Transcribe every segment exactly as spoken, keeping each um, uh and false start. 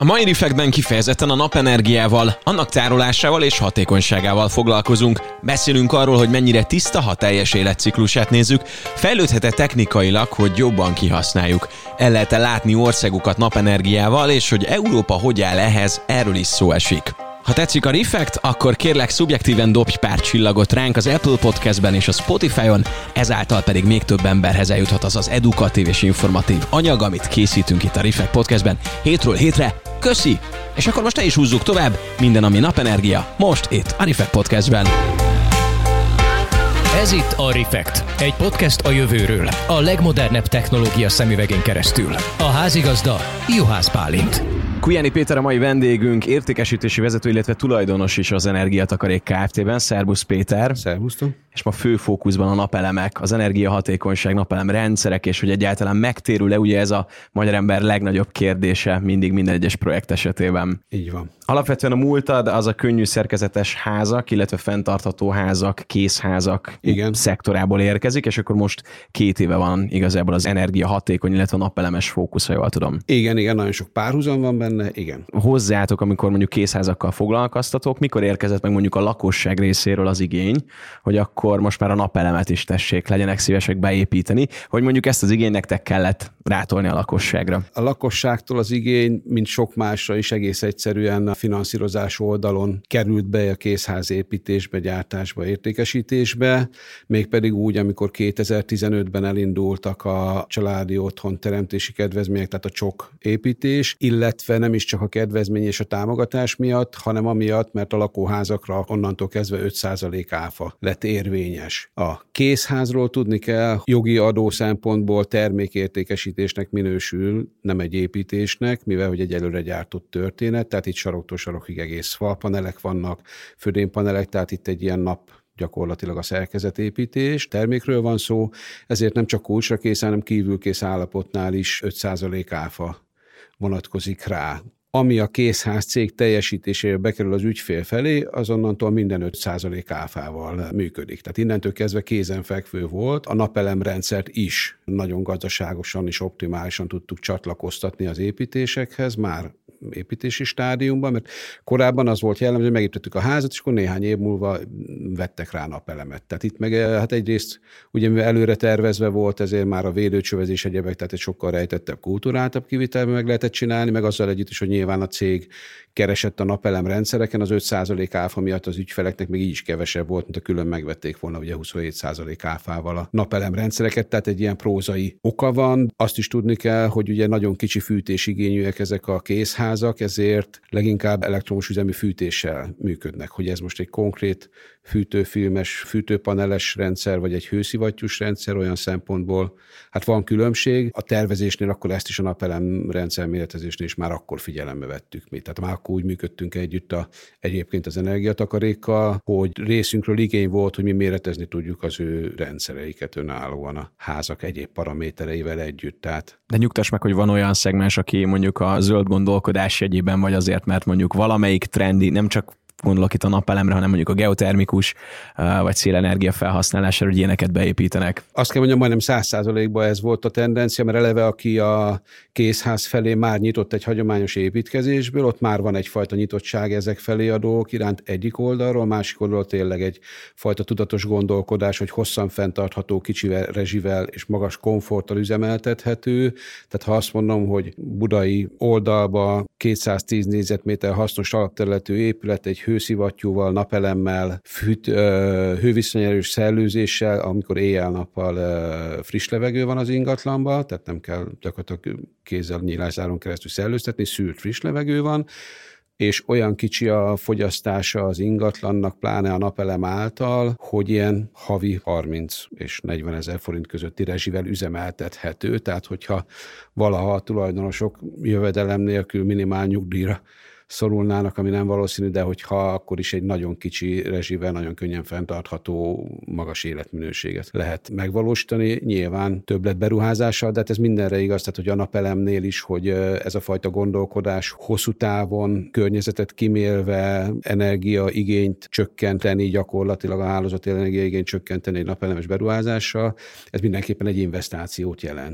A mai Reflectben kifejezetten a napenergiával, annak tárolásával és hatékonyságával foglalkozunk. Beszélünk arról, hogy mennyire tiszta, ha teljes életciklusát nézzük, fejlődhet-e technikailag, hogy jobban kihasználjuk. El lehet-e látni országokat napenergiával, és hogy Európa hogy áll ehhez, erről is szó esik. Ha tetszik a Reflect, akkor kérlek szubjektíven dobj pár csillagot ránk az Apple Podcastben és a Spotify-on, ezáltal pedig még több emberhez eljuthat az az edukatív és informatív anyag, amit készítünk itt a Reflect Podcastben hétről hétre. Köszi! És akkor most te is húzzuk tovább, minden, ami napenergia, most itt a Reflect Podcastben. Ez itt a Reflect, egy podcast a jövőről, a legmodernebb technológia szemüvegén keresztül. A házigazda Juhász Bálint. Kujányi Péter a mai vendégünk, értékesítési vezető, illetve tulajdonos is az Energiatakarék Kft-ben. Szerbusz Péter! Szervusztok! És ma fő fókuszban a napelemek, az energiahatékonyság, napelem rendszerek, és hogy egyáltalán megtérül-e, ugye ez a magyar ember legnagyobb kérdése mindig minden egyes projekt esetében. Így van. Alapvetően a múltad az a könnyű szerkezetes házak, illetve fenntartható házak, készházak Igen. szektorából érkezik, és akkor most két éve van igazából az energiahatékony, illetve a napelemes fókusz, ha jól tudom. Igen, igen, nagyon sok párhuzam van benne, igen. Hozzátok, amikor mondjuk készházakkal foglalkoztatok, mikor érkezett meg mondjuk a lakosság részéről az igény, hogy akkor most már a napelemet is tessék, legyenek szívesek beépíteni, hogy mondjuk ezt az igényt nektek kellett rátolni a lakosságra? A lakosságtól az igény, mint sok másra is egész egyszerűen a finanszírozás oldalon került be a készházépítésbe, gyártásba, értékesítésbe, mégpedig úgy, amikor kétezer-tizenötben elindultak a családi otthon teremtési kedvezmények, tehát a csok építés, illetve nem is csak a kedvezmény és a támogatás miatt, hanem amiatt, mert a lakóházakra onnantól kezdve öt százalék áfa lett érvényes. A készházról tudni kell, jogi adó szempontból termékértékesítésnek minősül, nem egy építésnek, mivel hogy egy előre gyártott történet, tehát itt saroktól sarokig egész falpanelek vannak, födénypanelek, tehát itt egy ilyen nap gyakorlatilag a szerkezetépítés. Termékről van szó, ezért nem csak kulcsra kész, hanem kívülkész állapotnál is öt százalék áfa vonatkozik rá. Ami a készház cég teljesítésére bekerül az ügyfél felé, azonnantól minden öt százalék áfával működik. Tehát innentől kezdve kézenfekvő volt. A napelemrendszert is nagyon gazdaságosan és optimálisan tudtuk csatlakoztatni az építésekhez, már építési stádiumban, mert korábban az volt jellemző, hogy megépítettük a házat, és akkor néhány év múlva vettek rá napelemet. Tehát itt meg hát egyrészt ugye mivel előre tervezve volt, ezért már a védőcsövezés egyebek, tehát egy sokkal rejtettebb, kulturáltabb kivitelben meg lehetett csinálni, meg azzal együtt is, hogy nyilván a cég keresett a napelem rendszereken, az öt százalék áfa miatt az ügyfeleknek még így is kevesebb volt, mint a külön megvették volna ugye huszonhét százalék áfával a napelem rendszereket, tehát egy ilyen prózai oka van. Azt is tudni kell, hogy ugye nagyon kicsi fűtésigényűek ezek a készházak, ezért leginkább elektromos üzemű fűtéssel működnek. Hogy ez most egy konkrét fűtőfilmes, fűtőpaneles rendszer, vagy egy hőszivattyús rendszer, olyan szempontból hát van különbség. A tervezésnél akkor ezt is a napelem rendszer méretezésnél is már akkor figyelembe vettük mi. Tehát már akkor úgy működtünk együtt a, egyébként az Energiatakarékkal, hogy részünkről igény volt, hogy mi méretezni tudjuk az ő rendszereiket önállóan a házak egyéb paramétereivel együtt. Tehát... De nyugtass meg, hogy van olyan szegmens, aki mondjuk a zöld gondolkodás jegyében, vagy azért, mert mondjuk valamelyik trendi, nem csak gondolok itt a napelemre, hanem mondjuk a geotermikus vagy szélenergia felhasználására, hogy ilyeneket beépítenek. Azt kell mondjam, majdnem száz százalékban ez volt a tendencia, mert eleve aki a készház felé már nyitott egy hagyományos építkezésből, ott már van egyfajta nyitottság ezek felé a dolgok iránt egyik oldalról, másik oldalról tényleg egyfajta tudatos gondolkodás, hogy hosszan fenntartható, kicsivel, rezsivel és magas komforttal üzemeltethető. Tehát ha azt mondom, hogy budai oldalba kétszáztíz négyzetméter hasznos alapterületű épület, egy hőszivattyúval, napelemmel, fűt, hőviszonyerős szellőzéssel, amikor éjjel-nappal friss levegő van az ingatlanban, tehát nem kell gyakorlatilag kézzel nyílászáron keresztül szellőztetni, szűrt friss levegő van, és olyan kicsi a fogyasztása az ingatlannak, pláne a napelem által, hogy ilyen havi harminc és negyven ezer forint közötti rezsivel üzemeltethető, tehát hogyha valaha a tulajdonosok jövedelem nélkül minimál nyugdíjra szorulnának, ami nem valószínű, de hogyha akkor is egy nagyon kicsi rezsivel, nagyon könnyen fenntartható, magas életminőséget lehet megvalósítani. Nyilván többletberuházással, de hát ez mindenre igaz, tehát hogy a napelemnél is, hogy ez a fajta gondolkodás hosszú távon környezetet kimélve energiaigényt csökkenteni, gyakorlatilag a hálózati energiaigényt csökkenteni egy napelemes beruházással, ez mindenképpen egy investációt jelent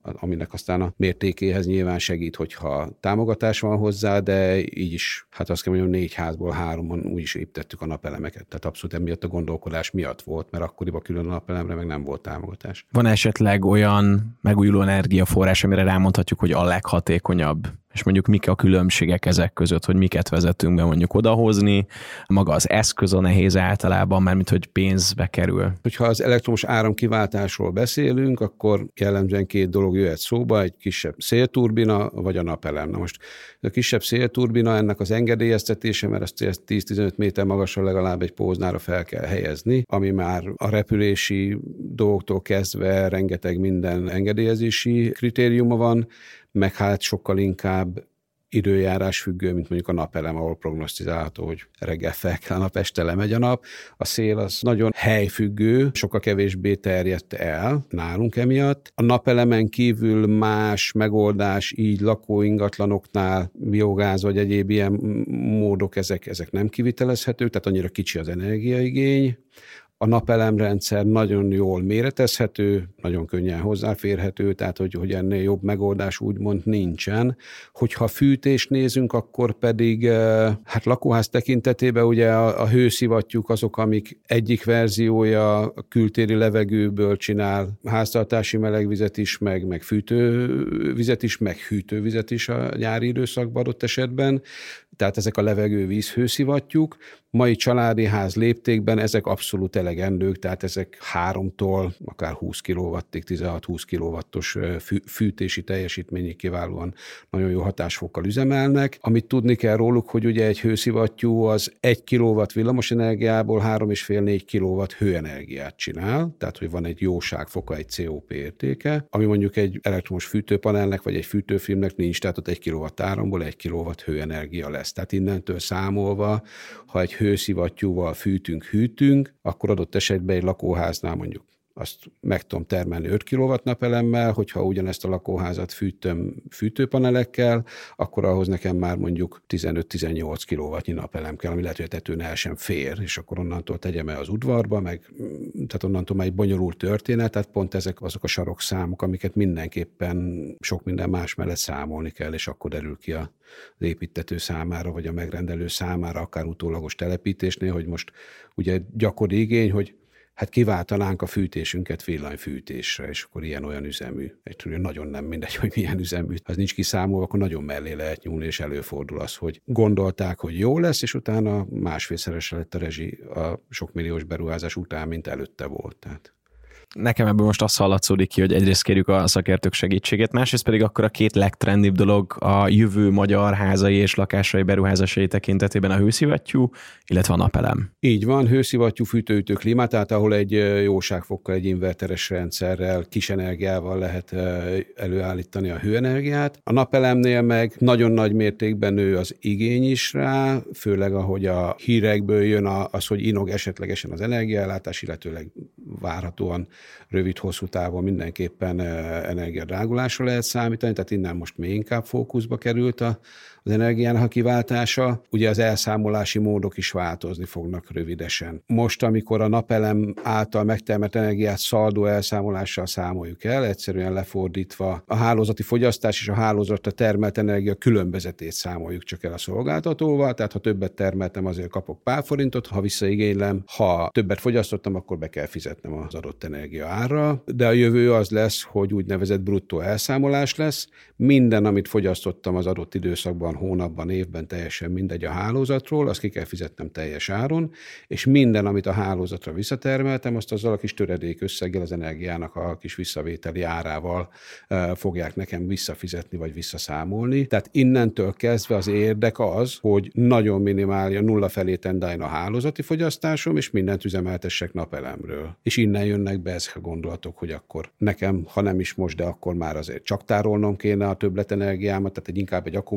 aminek aztán a mértékéhez nyilván segít, hogyha támogatás van hozzá, de így is, hát azt kell mondjam, négy házból háromon úgy is építettük a napelemeket. Tehát abszolút emiatt a gondolkodás miatt volt, mert akkoriban külön a napelemre meg nem volt támogatás. Van esetleg olyan megújuló energiaforrás, amire rámondhatjuk, hogy a leghatékonyabb? És mondjuk mik a különbségek ezek között, hogy miket vezetünk be mondjuk odahozni, maga az eszköz a nehéz általában, mert mint hogy pénzbe kerül. Hogyha az elektromos áramkiváltásról beszélünk, akkor jellemzően két dolog jöhet szóba, egy kisebb szélturbina vagy a napelem. Na most a kisebb szélturbina, ennek az engedélyeztetése, mert ezt tíz-tizenöt méter magasra legalább egy póznára fel kell helyezni, ami már a repülési dolgoktól kezdve rengeteg minden engedélyezési kritériuma van, meg hát sokkal inkább időjárás függő, mint mondjuk a napelem, ahol prognosztizálható, hogy reggel fel kell a nap, este lemegy a nap. A szél az nagyon helyfüggő, sokkal kevésbé terjedt el nálunk emiatt. A napelemen kívül más megoldás, így lakóingatlanoknál, biogáz vagy egyéb ilyen módok, ezek, ezek nem kivitelezhetők, tehát annyira kicsi az energiaigény. A napelemrendszer nagyon jól méretezhető, nagyon könnyen hozzáférhető, tehát hogy, hogy ennél jobb megoldás úgymond nincsen. Hogyha fűtést nézünk, akkor pedig hát lakóház tekintetében ugye a, a hőszivattyúk azok, amik egyik verziója a kültéri levegőből csinál háztartási melegvizet is, meg, meg fűtővizet is, meg hűtővizet is a nyári időszakban adott esetben. Tehát ezek a levegő-víz hőszivattyúk. Mai családi ház léptékben ezek abszolút elegendők, tehát ezek háromtól akár húsz kilowattig, tizenhat-húsz kilowattos fűtési teljesítményig kiválóan nagyon jó hatásfokkal üzemelnek. Amit tudni kell róluk, hogy ugye egy hőszivattyú az egy kilowatt villamosenergiából három egész öt-négy kilowatt hőenergiát csinál, tehát hogy van egy jóságfoka, egy cé o pé értéke, ami mondjuk egy elektromos fűtőpanelnek vagy egy fűtőfilmnek nincs, tehát ott egy kilowatt áramból egy kilowatt hőenergia lesz. Tehát innentől számolva, ha egy hőszivattyúval fűtünk, hűtünk, akkor adott esetben egy lakóháznál mondjuk azt meg tudom termelni öt kilowatt napelemmel, hogyha ugyanezt a lakóházat fűtöm fűtőpanelekkel, akkor ahhoz nekem már mondjuk tizenöt-tizennyolc kilowattnyi napelem kell, ami lehet, hogy a tetőn el sem fér, és akkor onnantól tegyem el az udvarba, meg tehát onnantól már egy bonyolult történet, tehát pont ezek azok a sarokszámok, amiket mindenképpen sok minden más mellett számolni kell, és akkor derül ki az építtető számára, vagy a megrendelő számára, akár utólagos telepítésnél, hogy most ugye gyakori igény, hogy hát kiváltanánk a fűtésünket villanyfűtésre, és akkor ilyen-olyan üzemű. Egyszerűen nagyon nem mindegy, hogy milyen üzemű. Ha ez nincs kiszámolva, akkor nagyon mellé lehet nyúlni, és előfordul az, hogy gondolták, hogy jó lesz, és utána másfélszeresre lett a rezsi a sokmilliós beruházás után, mint előtte volt. Tehát. Nekem ebből most azt hallatszódik ki, hogy egyrészt kérjük a szakértők segítségét, másrészt pedig akkor a két legtrendibb dolog a jövő magyar házai és lakásai beruházásai tekintetében a hőszivattyú, illetve a napelem. Így van, hőszivattyú, fűtőütő, klíma, tehát ahol egy jóságfokkal, egy inverteres rendszerrel, kis energiával lehet előállítani a hőenergiát. A napelemnél meg nagyon nagy mértékben nő az igény is rá, főleg ahogy a hírekből jön az, hogy inog esetlegesen az energiaellátás, illetőleg várhatóan rövid-hosszú távon mindenképpen energiadrágulásra lehet számítani, tehát innen most még inkább fókuszba került a, az energiának a kiváltása. Ugye az elszámolási módok is változni fognak rövidesen. Most, amikor a napelem által megtermelt energiát szaldó elszámolással számoljuk el, egyszerűen lefordítva a hálózati fogyasztás és a hálózatra termelt energia különbözetét számoljuk csak el a szolgáltatóval, tehát ha többet termeltem, azért kapok pár forintot, ha visszaigénylem, ha többet fogyasztottam, akkor be kell fizetnem az adott energia árra, de a jövő az lesz, hogy úgynevezett bruttó elszámolás lesz. Minden, amit fogyasztottam az adott időszakban, hónapban, évben, teljesen mindegy a hálózatról, azt ki kell fizetnem teljes áron, és minden, amit a hálózatra visszatermeltem, azt azzal a kis töredék összeggel, az energiának a kis visszavételi árával e, fogják nekem visszafizetni, vagy visszaszámolni. Tehát innentől kezdve az érdek az, hogy nagyon minimálja, nulla felé tendáljon a hálózati fogyasztásom, és mindent üzemeltessek napelemről. És innen jönnek be ezek a gondolatok, hogy akkor nekem, ha nem is most, de akkor már azért csak tárolnom kéne a többletenergiámat, tehát egy inkább egy akkumulátor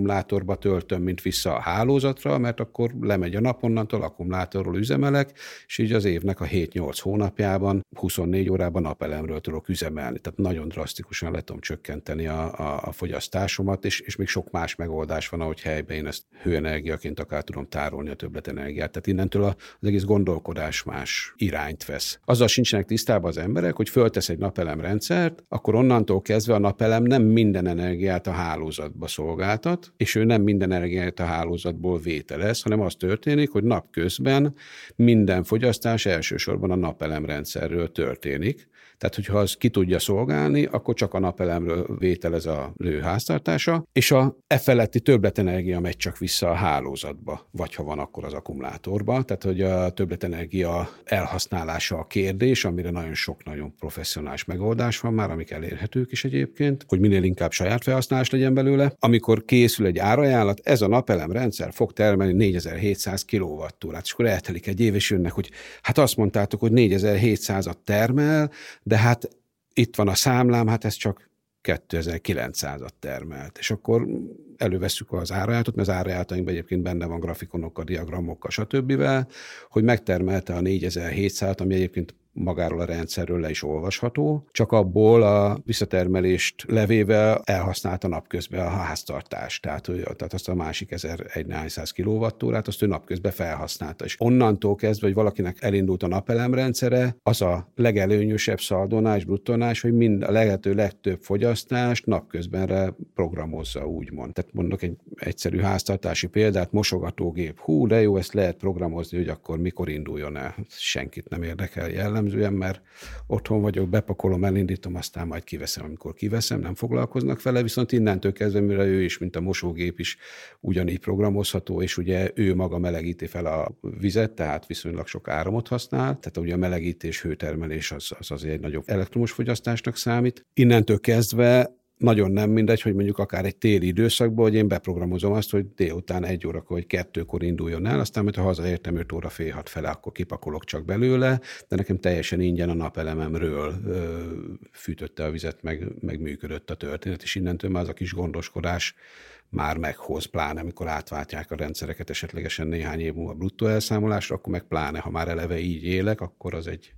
akkumulátorba töltöm, mint vissza a hálózatra, mert akkor lemegy a nap, onnantól akkumulátorról üzemelek, és így az évnek a hét-nyolc hónapjában, huszonnégy órában napelemről tudok üzemelni. Tehát nagyon drasztikusan le tudom csökkenteni a, a, a fogyasztásomat, és, és még sok más megoldás van, ahogy helyben én ezt hőenergiaként akár tudom tárolni a többletenergiát. Tehát innentől az egész gondolkodás más irányt vesz. Azzal sincsenek tisztában az emberek, hogy föltesz egy napelemrendszert, akkor onnantól kezdve a napelem nem minden energiát a hálózatba szolgáltat, és ő nem minden energiát a hálózatból vételez, hanem az történik, hogy napközben minden fogyasztás elsősorban a napelemrendszerről történik. Tehát, hogyha az ki tudja szolgálni, akkor csak a napelemről vételez a lőháztartása, és a e feletti többletenergia megy csak vissza a hálózatba, vagy ha van, akkor az akkumulátorba. Tehát, hogy a többletenergia elhasználása a kérdés, amire nagyon sok nagyon professzionális megoldás van már, amik elérhetők is egyébként, hogy minél inkább saját felhasználás legyen belőle. Amikor készül egy árajánlat, ez a napelemrendszer fog termelni négyezer-hétszáz kilowattórát, és akkor eltelik egy év, és jönnek, hogy hát azt mondtátok, hogy négyezer-hétszázat termel, de hát itt van a számlám, hát ez csak kétezer-kilencszázat termelt. És akkor elővesszük az árajánlatot, mert az árajánlatainkban egyébként benne van grafikonokkal, diagramokkal, stb., hogy megtermelte a négyezer-hétszázat, ami egyébként magáról a rendszerről le is olvasható, csak abból a visszatermelést levéve elhasználta napközben a háztartást, tehát, tehát azt a másik ezerszáz kilowattórát, azt ő napközben felhasználta. És onnantól kezdve, hogy valakinek elindult a napelemrendszere, az a legelőnyösebb szaldónál és bruttónál, hogy mind a lehető legtöbb fogyasztást napközbenre programozza, úgymond. Tehát mondok egy egyszerű háztartási példát, mosogatógép. Hú, de jó, ezt lehet programozni, hogy akkor mikor induljon el. Senkit nem érdekel jellem, mert otthon vagyok, bepakolom, elindítom, aztán majd kiveszem, amikor kiveszem, nem foglalkoznak vele, viszont innentől kezdve, mire ő is, mint a mosógép is ugyanígy programozható, és ugye ő maga melegíti fel a vizet, tehát viszonylag sok áramot használ, tehát ugye a melegítés, hőtermelés az, az azért egy nagyobb elektromos fogyasztásnak számít. Innentől kezdve nagyon nem mindegy, hogy mondjuk akár egy téli időszakban, hogy én beprogramozom azt, hogy délután egy órakor vagy kettőkor induljon el, aztán, hogyha hazaértem öt óra fél hat fele, akkor kipakolok csak belőle, de nekem teljesen ingyen a napelememről ö, fűtötte a vizet, meg, meg működött a történet, és innentől már az a kis gondoskodás már meghoz, pláne amikor átváltják a rendszereket esetlegesen néhány év múlva bruttó elszámolásra, akkor meg pláne, ha már eleve így élek, akkor az egy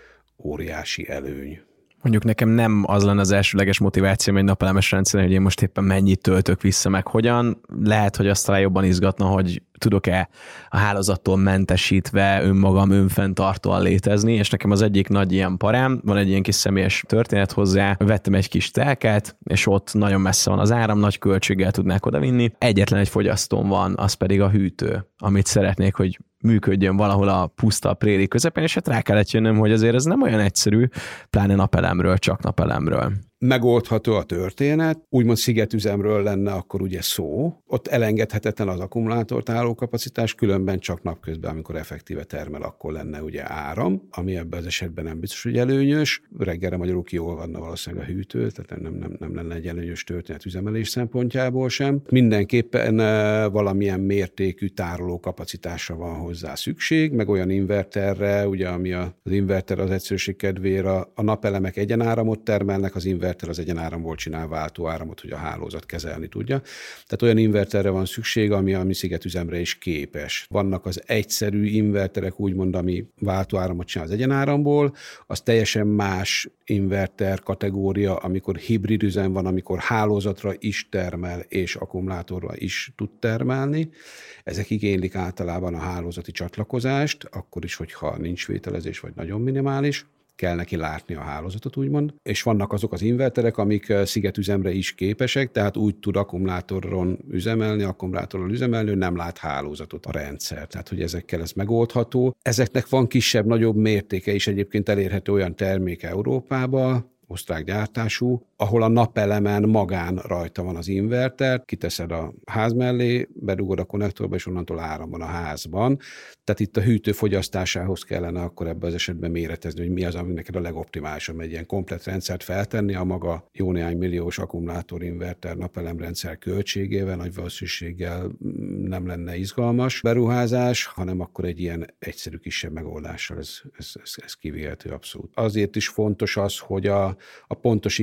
óriási előny. Mondjuk nekem nem az lenne az elsőleges motivációm egy napelemes rendszeren, hogy én most éppen mennyit töltök vissza, meg hogyan. Lehet, hogy azt talán jobban izgatna, hogy tudok-e a hálózattól mentesítve önmagam önfenntartóan létezni, és nekem az egyik nagy ilyen parám, van egy ilyen kis személyes történet hozzá, vettem egy kis telket, és ott nagyon messze van az áram, nagy költséggel tudnák odavinni. Egyetlen egy fogyasztóm van, az pedig a hűtő, amit szeretnék, hogy működjön valahol a puszta préri közepén, és hát rá kellett jönnöm, hogy azért ez nem olyan egyszerű, pláne napelemről, csak napelemről. Megoldható a történet, úgymond szigetüzemről lenne akkor ugye szó, ott elengedhetetlen az akkumulátortároló kapacitás, különben csak napközben, amikor effektíve termel, akkor lenne ugye áram, ami ebben az esetben nem biztos, hogy előnyös. Reggelre magyarul kiolvadna valószínűleg a hűtő, tehát nem, nem, nem lenne egy előnyös történet üzemelés szempontjából sem. Mindenképpen valamilyen mértékű tároló kapacitásra van hozzá szükség, meg olyan inverterre, ugye ami az inverter az egyszerűség kedvére, a napelemek egyenáramot termelnek, az inverter az egyenáramból csinál váltóáramot, hogy a hálózat kezelni tudja. Tehát olyan inverterre van szükség, ami a mi szigetüzemre is képes. Vannak az egyszerű inverterek, úgymond, ami váltóáramot csinál az egyenáramból, az teljesen más inverter kategória, amikor hibrid üzem van, amikor hálózatra is termel, és akkumulátorra is tud termelni. Ezek igénylik általában a hálózati csatlakozást, akkor is, hogyha nincs vételezés, vagy nagyon minimális. Kell neki látni a hálózatot, úgymond. És vannak azok az inverterek, amik szigetüzemre is képesek, tehát úgy tud akkumulátoron üzemelni, akkumulátorral üzemelni, hogy nem lát hálózatot a rendszer. Tehát, hogy ezekkel ez megoldható. Ezeknek van kisebb-nagyobb mértéke is egyébként elérhető olyan termék Európában, osztrák gyártású, ahol a napelemen magán rajta van az inverter, kiteszed a ház mellé, bedugod a konnektorba, és onnantól áram van a házban. Tehát itt a hűtő fogyasztásához kellene akkor ebben az esetben méretezni, hogy mi az, ami neked a legoptimálisabb, egy ilyen komplett rendszert feltenni a maga jó néhány milliós akkumulátor-inverter napelemrendszer költségével, nagy valószínűséggel nem lenne izgalmas beruházás, hanem akkor egy ilyen egyszerű kisebb megoldással ez, ez, ez, ez kivihető abszolút. Azért is fontos az, hogy a, a pontos igényeket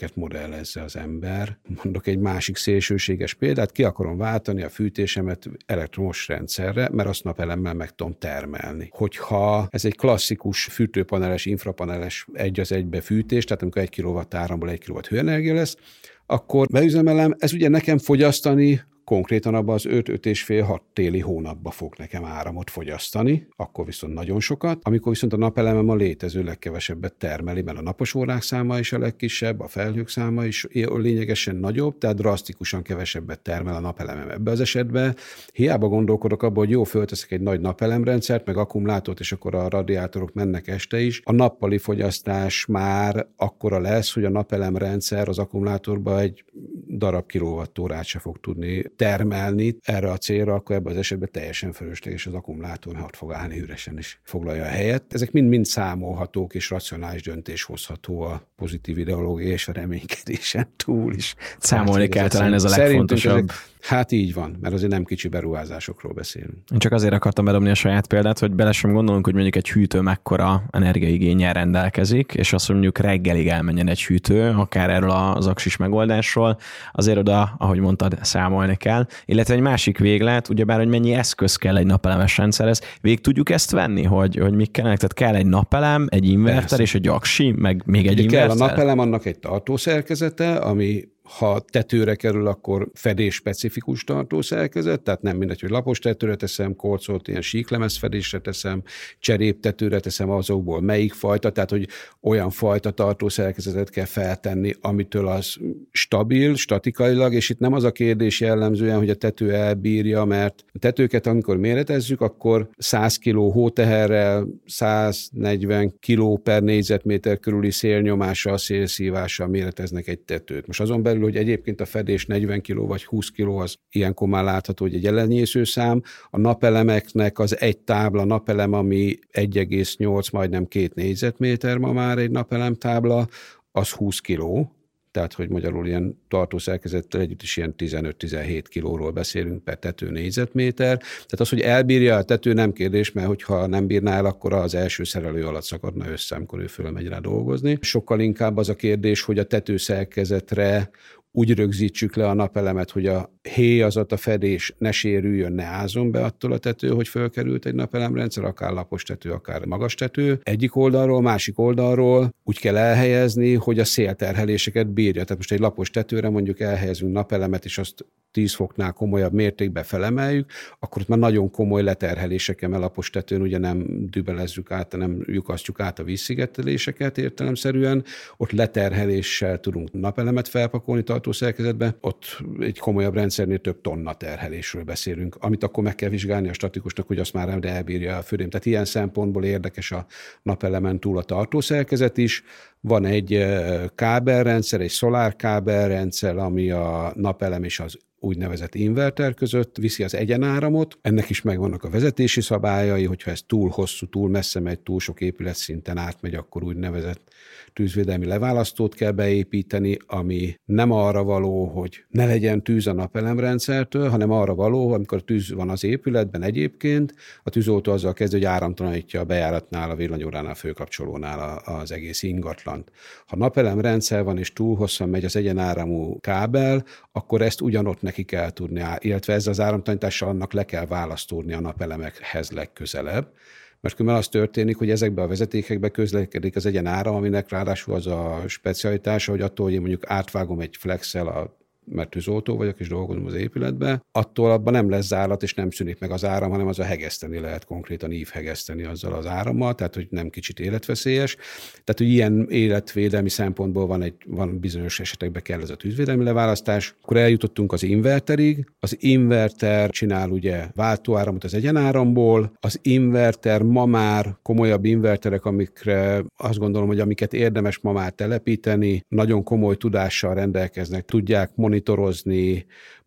hőmérsékletet modellezze az ember. Mondok egy másik szélsőséges példát, ki akarom váltani a fűtésemet elektromos rendszerre, mert azt napelemmel meg tudom termelni. Hogyha ez egy klasszikus fűtőpaneles, infrapaneles egy az egybe fűtés, tehát amikor egy kilowatt áramból egy kilowatt hőenergia lesz, akkor beüzemelem, ez ugye nekem fogyasztani konkrétan abban az öt-öt és fél hat téli hónapban fog nekem áramot fogyasztani, akkor viszont nagyon sokat. Amikor viszont a napelemem a létező legkevesebbet termeli, mert a napos órák száma is a legkisebb, a felhők száma is lényegesen nagyobb, tehát drasztikusan kevesebbet termel a napelemem. Ebben az esetben hiába gondolkodok abban, hogy jó, fölteszek egy nagy napelemrendszert, meg akkumulátort, és akkor a radiátorok mennek este is. A nappali fogyasztás már akkora lesz, hogy a napelemrendszer az akkumulátorba egy darab kilowattórát se fog tudni termelni erre a célra, akkor ebben az esetben teljesen fölösleges az akkumulátor, mert ott fog állni üresen is foglalja a helyet. Ezek mind-mind számolhatók és racionális döntés hozható a pozitív ideológia és a reménykedésen túl is. Számolni kell, talán ez a legfontosabb. Ezek, hát így van, mert azért nem kicsi beruházásokról beszélünk. Én csak azért akartam bedobni a saját példát, hogy bele sem gondolunk, hogy mondjuk egy hűtő mekkora energiaigénnyel rendelkezik, és azt mondjuk reggelig elmenjen egy hűtő, akár erről az aksis megoldásról, azért oda, ahogy mondtad, számolni kell. Illetve egy másik véglet, ugyebár, hogy mennyi eszköz kell egy napelemes rendszerhez. Végig tudjuk ezt venni, hogy, hogy mik kellene? Tehát kell egy napelem, egy inverter Persze. és egy aksi, meg még egy Ugye inverter? Kell a napelem, annak egy tartószerkezete, ami ha tetőre kerül, akkor fedés-specifikus tartószerkezet, tehát nem mindegy, hogy lapos tetőre teszem, kolcolt, ilyen síklemez fedésre teszem, cseréptetőre teszem, azokból melyik fajta, tehát hogy olyan fajta tartószerkezetet kell feltenni, amitől az stabil, statikailag, és itt nem az a kérdés jellemzően, hogy a tető elbírja, mert a tetőket, amikor méretezzük, akkor száz kiló hóteherrel, száznegyven kiló per négyzetméter körüli szélnyomással, szélszívással méreteznek egy tetőt. Most azon belül, hogy egyébként a fedés negyven kiló vagy húsz kiló, az ilyenkor már látható, hogy egy elenyésző szám. A napelemeknek az egy tábla napelem, ami egy egész nyolc, majdnem két négyzetméter ma már egy napelem tábla, az húsz kiló. Tehát, hogy magyarul ilyen tartószerkezettel együtt is ilyen tizenöt-tizenhét kilóról beszélünk per tető négyzetméter. Tehát az, hogy elbírja a tető, nem kérdés, mert hogyha nem bírná el, akkor az első szerelő alatt szakadna össze, amikor ő fölmegy rá dolgozni. Sokkal inkább az a kérdés, hogy a tetőszerkezetre úgy rögzítsük le a napelemet, hogy a héj, az a fedés ne sérüljön, ne ázzon be attól a tető, hogy fölkerült egy napelemrendszer, akár lapos tető, akár magas tető. Egyik oldalról, másik oldalról úgy kell elhelyezni, hogy a szélterheléseket bírja. Tehát most egy lapos tetőre mondjuk elhelyezünk napelemet, és azt tíz foknál komolyabb mértékben felemeljük, akkor ott már nagyon komoly leterheléseken, mert lapos tetőn ugye nem dübelezzük át, nem lyukasztjuk át a vízszigeteléseket értelemszerűen, ott leterheléssel tudunk napelemet felpakolni tartószerkezetbe, ott egy komolyabb rendszernél több tonna terhelésről beszélünk, amit akkor meg kell vizsgálni a statikusnak, hogy azt már elbírja a fölém. Tehát ilyen szempontból érdekes a napelemen túl a tartószerkezet is. Van egy kábelrendszer, egy szolárkábelrendszer, ami a napelem és az úgynevezett inverter között viszi az egyenáramot. Ennek is megvannak a vezetési szabályai, hogyha ez túl hosszú, túl messze megy, túl sok épületszinten átmegy, akkor úgynevezett tűzvédelmi leválasztót kell beépíteni, ami nem arra való, hogy ne legyen tűz a napelemrendszertől, hanem arra való, amikor tűz van az épületben egyébként, a tűzoltó azzal kezd, hogy áramtalanítja a bejáratnál, a villanyóránál, a főkapcsolónál az egész ingatlant. Ha napelemrendszer van és túl hosszan megy az egyenáramú kábel, akkor ezt ugyanott neki kell tudni, illetve ezzel az áramtalanítással annak le kell választódni a napelemekhez legközelebb. Mert különben az történik, hogy ezekbe a vezetékekbe közlekedik az egyenáram, aminek ráadásul az a specialitása, hogy attól, hogy én mondjuk átvágom egy flexel a mert tűzoltó vagyok, és dolgozom az épületben, attól abban nem lesz zárlat, és nem szűnik meg az áram, hanem az a hegeszteni lehet, konkrétan ívhegeszteni azzal az árammal, tehát hogy nem kicsit életveszélyes. Tehát, hogy ilyen életvédelmi szempontból van, egy, van bizonyos esetekben kell ez a tűzvédelmi leválasztás. Akkor eljutottunk az inverterig. Az inverter csinál ugye váltóáramot az egyenáramból. Az inverter ma már komolyabb inverterek, amikre azt gondolom, hogy amiket érdemes ma már telepíteni, nagyon komoly tudással rendelkeznek, tudják monitorozni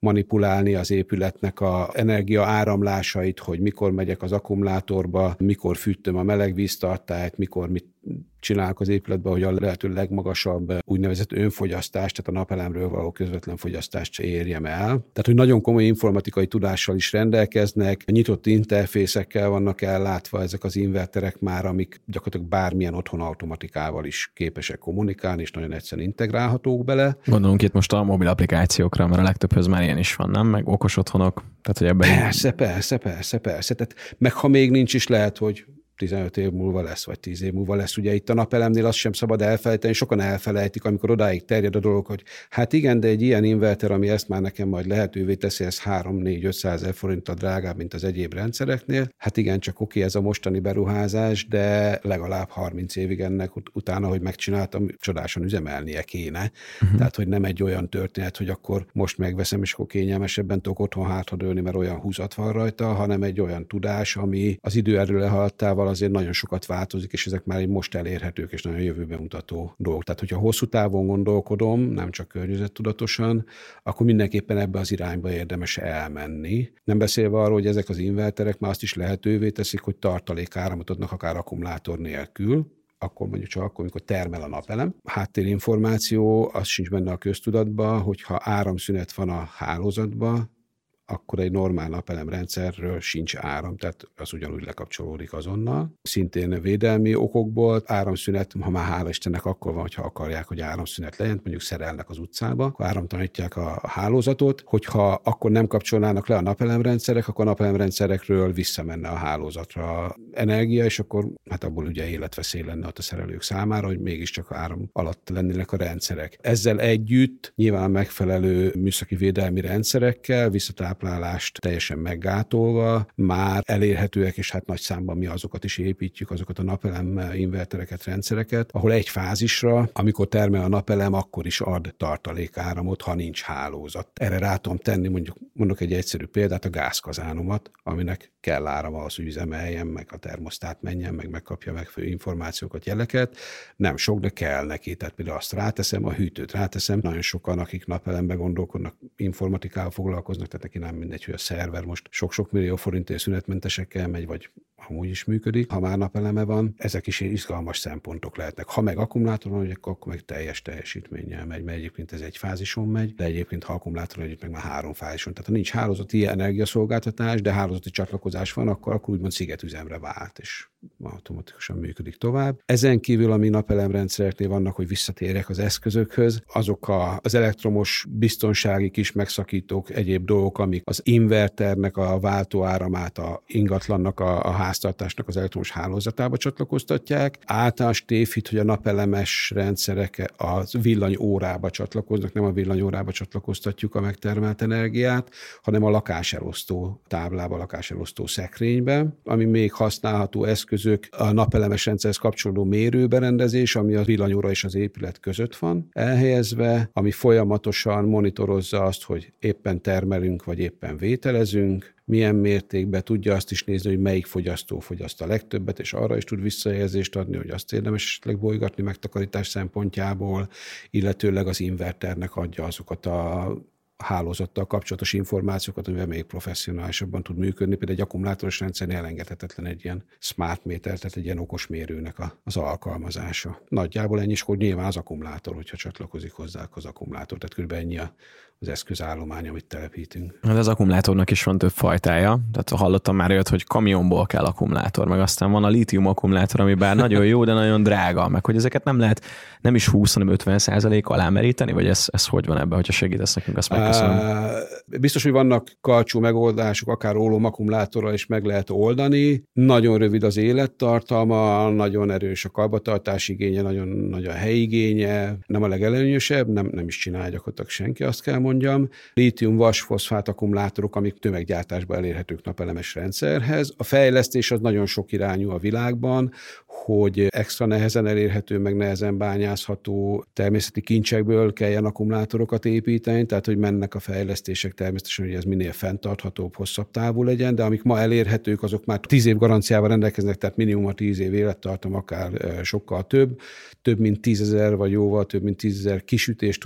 manipulálni az épületnek a energia áramlásait, hogy mikor megyek az akkumulátorba, mikor fűtöm a melegvíztartályt, mikor mit csinálok az épületben, hogy a lehető legmagasabb úgynevezett önfogyasztást, tehát a napelemről való közvetlen fogyasztást érjem el. Tehát, hogy nagyon komoly informatikai tudással is rendelkeznek, nyitott interfészekkel vannak ellátva ezek az inverterek már, amik gyakorlatilag bármilyen otthon automatikával is képesek kommunikálni, és nagyon egyszerűen integrálhatók bele. Gondolunk itt most a mobil applikációkra, mert a legtöbbhöz már ilyen is van, nem? Meg okos otthonok. Tehát, hogy ebben persze, így... persze, persze, persze. Tehát, meg ha még nincs is, lehet, hogy tizenöt év múlva lesz, vagy tíz év múlva lesz. Ugye itt a napelemnél azt sem szabad elfelejteni, sokan elfelejtik, amikor odáig terjed a dolog, hogy hát igen, de egy ilyen inverter, ami ezt már nekem majd lehetővé teszi, ez három négy ötszázezer forinttal drágább, mint az egyéb rendszereknél. Hát igen, csak oké, ez a mostani beruházás, de legalább harminc évig ennek ut- utána, hogy megcsináltam, csodásan üzemelnie kéne. Uh-huh. Tehát, hogy nem egy olyan történet, hogy akkor most megveszem, és akkor kényelmesebben tudok otthon hátradőlni, mert olyan húzat van rajta, hanem egy olyan tudás, ami az idő erről haladtával azért nagyon sokat változik, és ezek már egy most elérhetők, és nagyon jövőben mutató dolgok. Tehát, hogyha hosszú távon gondolkodom, nem csak környezettudatosan, akkor mindenképpen ebbe az irányba érdemes elmenni. Nem beszélve arról, hogy ezek az inverterek már azt is lehetővé teszik, hogy tartalékáramot adnak akár akkumulátor nélkül, akkor mondjuk csak akkor, amikor termel a napelem. Háttérinformáció, az sincs benne a köztudatban, hogyha áramszünet van a hálózatban, akkor egy normál napelemrendszerről sincs áram, tehát az ugyanúgy lekapcsolódik azonnal. Szintén védelmi okokból áramszünet, ha már hála Istennek akkor van, hogyha akarják, hogy áramszünet legyen, mondjuk szerelnek az utcába, akkor áramtalanítják a hálózatot, hogyha akkor nem kapcsolnának le a napelemrendszerek, akkor a napelemrendszerekről visszamenne a hálózatra energia, és akkor hát abból ugye életveszély lenne ott a szerelők számára, hogy mégiscsak áram alatt lennének a rendszerek. Ezzel együtt nyilván megfelelő műszaki védelmi rendszerekkel, visszatáplálást teljesen meggátolva, már elérhetőek, és hát nagy számban mi azokat is építjük, azokat a napelem invertereket, rendszereket, ahol egy fázisra, amikor termel a napelem, akkor is ad tartalékáramot, ha nincs hálózat. Erre rá tudom tenni, mondjuk mondok egy egyszerű példát, a gázkazánomat, aminek kell áram ahhoz, hogy üzemeljen, meg a termosztát menjen, meg megkapja megfelelő információkat, jeleket. Nem sok, de kell neki. Tehát például azt ráteszem, a hűtőt ráteszem. Nagyon sokan, akik napelembe gondolkodnak, informatikával foglalkoznak, tehát neki nem mindegy, hogy a szerver most sok-sok millió forintért szünetmentesekkel megy, vagy amúgy is működik, ha már napeleme van. Ezek is izgalmas szempontok lehetnek. Ha meg akkumulátor van, akkor meg teljes teljesítménnyel megy, mert egyébként ez egy fázison megy, de egyébként ha akkumulátor együtt meg már három fázison. Tehát ha nincs hálózati energiaszolgáltatás, de hálózati csatlakozás van, akkor, akkor úgymond szigetüzemre vált, és automatikusan működik tovább. Ezen kívül, ami napelemrendszereknél vannak, hogy visszatérjek az eszközökhöz, azok a, az elektromos biztonsági kis megszakítók, egyéb dolgok, amik az inverternek a váltóáramát, a ingatlannak, a, a háztartásnak az elektromos hálózatába csatlakoztatják. Általános tévhit, hogy a napelemes rendszerek a villanyórába csatlakoznak, nem a villanyórába csatlakoztatjuk a megtermelt energiát, hanem a lakáselosztó táblába, a lakáselosztó szekrénybe, ami még használható eszközök, a napelemes rendszerhez kapcsolódó mérőberendezés, ami a villanyóra és az épület között van elhelyezve, ami folyamatosan monitorozza azt, hogy éppen termelünk, vagy éppen vételezünk, milyen mértékben tudja azt is nézni, hogy melyik fogyasztó fogyaszt a legtöbbet, és arra is tud visszajelzést adni, hogy azt érdemes esetleg bolygatni megtakarítás szempontjából, illetőleg az inverternek adja azokat a hálózattal kapcsolatos információkat, amivel még professzionálisabban tud működni. Például egy akkumulátoros rendszernél elengedhetetlen egy ilyen smart meter, tehát egy ilyen okos mérőnek a, az alkalmazása. Nagyjából ennyi, hogy nyilván az akkumulátor, hogyha csatlakozik hozzá az akkumulátor, tehát kb. Ennyi az eszközállomány, amit telepítünk. De az akkumulátornak is van több fajtája, tehát hallottam már olyat, hogy kamionból kell akkumulátor, meg aztán van a lítium akkumulátor, ami bár nagyon jó, de nagyon drága, meg hogy ezeket nem lehet nem is húsz, hanem ötven százalék alá meríteni, vagy ez, ez hogy van ebben, hogyha segítesz nekünk, azt megköszönöm. Uh, biztos, hogy vannak karcsú megoldások, akár ólom akkumulátorral is meg lehet oldani. Nagyon rövid az élettartalma, nagyon erős a karbantartás igénye, nagyon nagy a helyigénye, nem a legelőnyösebb, nem, nem is csinálja gyakorlatilag senki, azt kell mondjam. Lítium vas-foszfát akkumulátorok, amik tömeggyártásban elérhetők napelemes rendszerhez. A fejlesztés az nagyon sok irányú a világban, hogy extra nehezen elérhető, meg nehezen bányászható természeti kincsekből kelljen akkumulátorokat építeni, tehát hogy mennek a fejlesztések természetesen, hogy ez minél fenntarthatóbb, hosszabb távú legyen, de amik ma elérhetők, azok már tíz év garanciával rendelkeznek, tehát minimum a tíz év élettartam, akár sokkal több, több mint tízezer, vagy jóval több mint tízezer kisütést tudnak.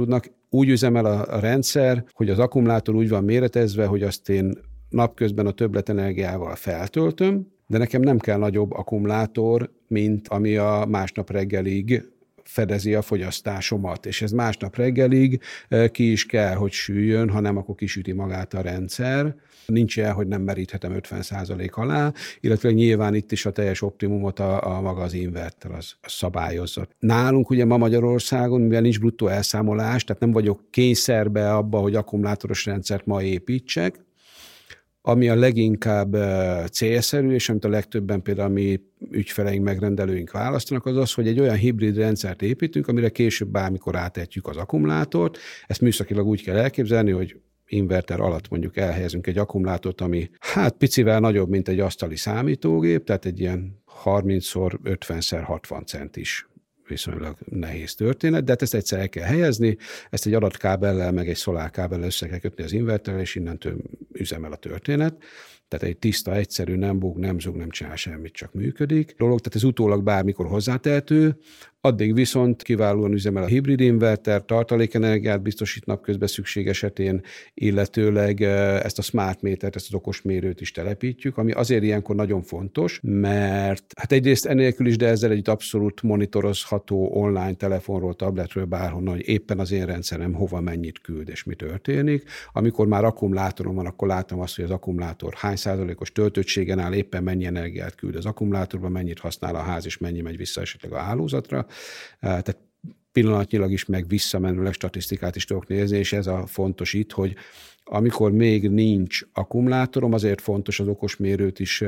úgy üzemel a, a rendszer, hogy az akkumulátor úgy van méretezve, hogy azt én napközben a többletenergiával feltöltöm, de nekem nem kell nagyobb akkumulátor, mint ami a másnap reggelig fedezi a fogyasztásomat, és ez másnap reggelig ki is kell, hogy süljön, ha nem, akkor kisüti magát a rendszer. Nincs ilyen, hogy nem meríthetem ötven százalék alá, illetve nyilván itt is a teljes optimumot a, a maga az inverter az, az szabályozza. Nálunk ugye ma Magyarországon, mivel nincs bruttó elszámolás, tehát nem vagyok kényszerbe abba, hogy akkumulátoros rendszert ma építsek, ami a leginkább célszerű, és amit a legtöbben például mi ügyfeleink, megrendelőink választanak, az az, hogy egy olyan hibrid rendszert építünk, amire később bármikor átehetjük az akkumulátort. Ezt műszakilag úgy kell elképzelni, hogy inverter alatt mondjuk elhelyezünk egy akkumulátort, ami hát picivel nagyobb, mint egy asztali számítógép, tehát egy ilyen harminc ötven hatvan centis viszonylag nehéz történet, de hát ezt egyszer el kell helyezni, ezt egy adatkábellel, meg egy szolárkábellel össze kell kötni az inverterrel, és innentől üzemel a történet. Tehát egy tiszta, egyszerű, nem bug, nem zug, nem csinál semmit, csak működik. Dolog, tehát ez utólag bármikor hozzátehető, addig viszont kiválóan üzemel a hibrid inverter, tartalékenergiát biztosít napközben szükség esetén, illetőleg ezt a smart métert, ezt az okos mérőt is telepítjük, ami azért ilyenkor nagyon fontos, mert hát egyrészt enélkül is, de ezzel együtt abszolút monitorozható online telefonról, tabletről, bárhonnan, hogy éppen az én rendszerem hova mennyit küld és mi történik. Amikor már akkumulátorom van, akkor látom azt, hogy az akkumulátor hány százalékos töltöttségen áll, éppen mennyi energiát küld az akkumulátorba, mennyit használ a ház, és mennyi megy vissza esetleg a hálózatra. Tehát pillanatnyilag is meg visszamenőleg statisztikát is tudok nézni, és ez a fontos itt, hogy amikor még nincs akkumulátorom, azért fontos az okos mérőt is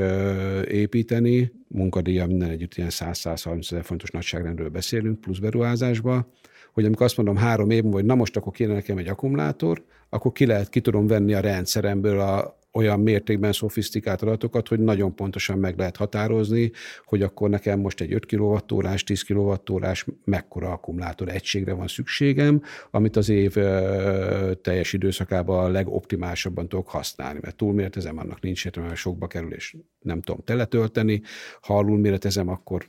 építeni. Munkadíja minden együtt ilyen száz-százharminc ezer fontos nagyságrendről beszélünk, plusz beruházásba, hogy amikor azt mondom három év, hogy na most akkor kéne nekem egy akkumulátor, akkor ki lehet, ki tudom venni a rendszeremből a olyan mértékben szofisztikált adatokat, hogy nagyon pontosan meg lehet határozni, hogy akkor nekem most egy öt kilowattórás, tíz kilowattórás mekkora akkumulátor egységre van szükségem, amit az év teljes időszakában a legoptimálisabban tudok használni, mert túlméretezem, annak nincs értelme, mert sokba kerül, és nem tudom teletölteni. Ha alulméretezem, akkor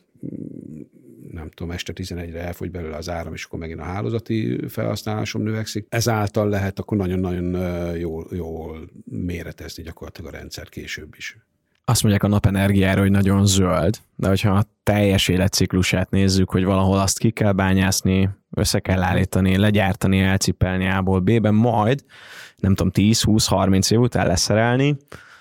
nem tudom, este tizenegyre elfogy belőle az áram, és akkor megint a hálózati felhasználásom növekszik. Ezáltal lehet akkor nagyon-nagyon jól, jól méretezni gyakorlatilag a rendszer később is. Azt mondják a napenergiára, hogy nagyon zöld, de hogyha a teljes életciklusát nézzük, hogy valahol azt ki kell bányászni, össze kell állítani, legyártani, elcipelni A-ból B-ben, majd, nem tudom, tíz, húsz, harminc év után leszerelni,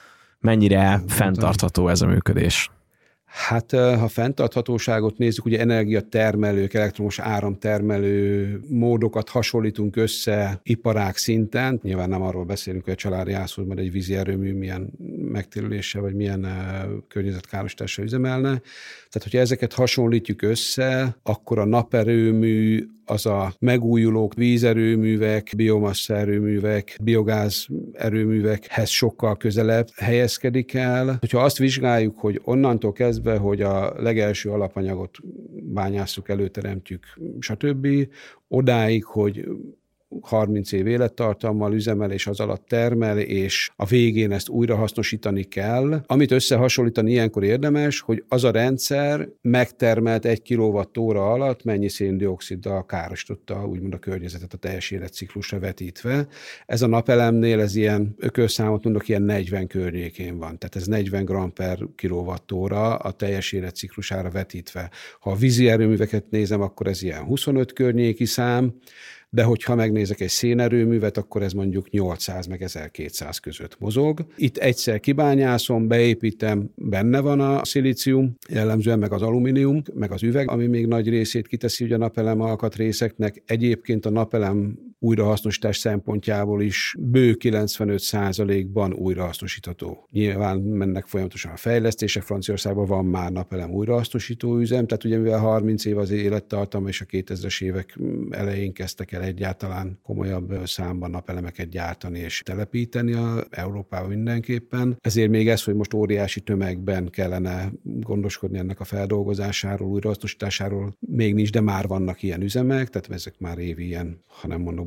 mennyire fenntartható ez a működés? Hát, ha fenntarthatóságot nézzük, ugye energiatermelők, elektromos áramtermelő módokat hasonlítunk össze iparág szinten. Nyilván nem arról beszélünk, hogy a családi házhoz egy vízi erőmű milyen megtérülése, vagy milyen környezetkárosítással üzemelne. Tehát, hogyha ezeket hasonlítjuk össze, akkor a naperőmű, az a megújulók, vízerőművek, biomassa erőművek, biogáz erőművekhez sokkal közelebb helyezkedik el. Hogyha azt vizsgáljuk, hogy onnantól kezdve, hogy a legelső alapanyagot bányásszuk, előteremtjük, stb., odáig, hogy harminc év élettartammal üzemel, és az alatt termel, és a végén ezt újra hasznosítani kell. Amit összehasonlítani ilyenkor érdemes, hogy az a rendszer megtermelt egy kilowattóra alatt mennyi széndioxiddal károsította úgymond a környezetet a teljes életciklusra vetítve. Ez a napelemnél, ez ilyen ökölszámot mondok, ilyen negyven környékén van. Tehát ez negyven gram per kilowattóra a teljes életciklusára vetítve. Ha a vízi erőműveket nézem, akkor ez ilyen huszonöt környéki szám, de hogyha megnézek egy szénerőművet, akkor ez mondjuk nyolcszáz meg ezerkétszáz között mozog. Itt egyszer kibányászom, beépítem, benne van a szilícium, jellemzően meg az alumínium, meg az üveg, ami még nagy részét kiteszi ugye a napelem alkatrészeknek. Egyébként a napelem újrahasznosítás szempontjából is bő kilencvenöt százalékban újrahasznosítható. Nyilván mennek folyamatosan a fejlesztések, Franciaországban van már napelem újrahasznosító üzem, tehát ugye mivel harminc év az élettartama, és a kétezres évek elején kezdtek el egyáltalán komolyabb számban napelemeket gyártani és telepíteni a Európában mindenképpen. Ezért még ez, hogy most óriási tömegben kellene gondoskodni ennek a feldolgozásáról, újrahasznosításáról, még nincs, de már vannak ilyen üzemek, tehát ezek már évi ilyen, ha nem mondok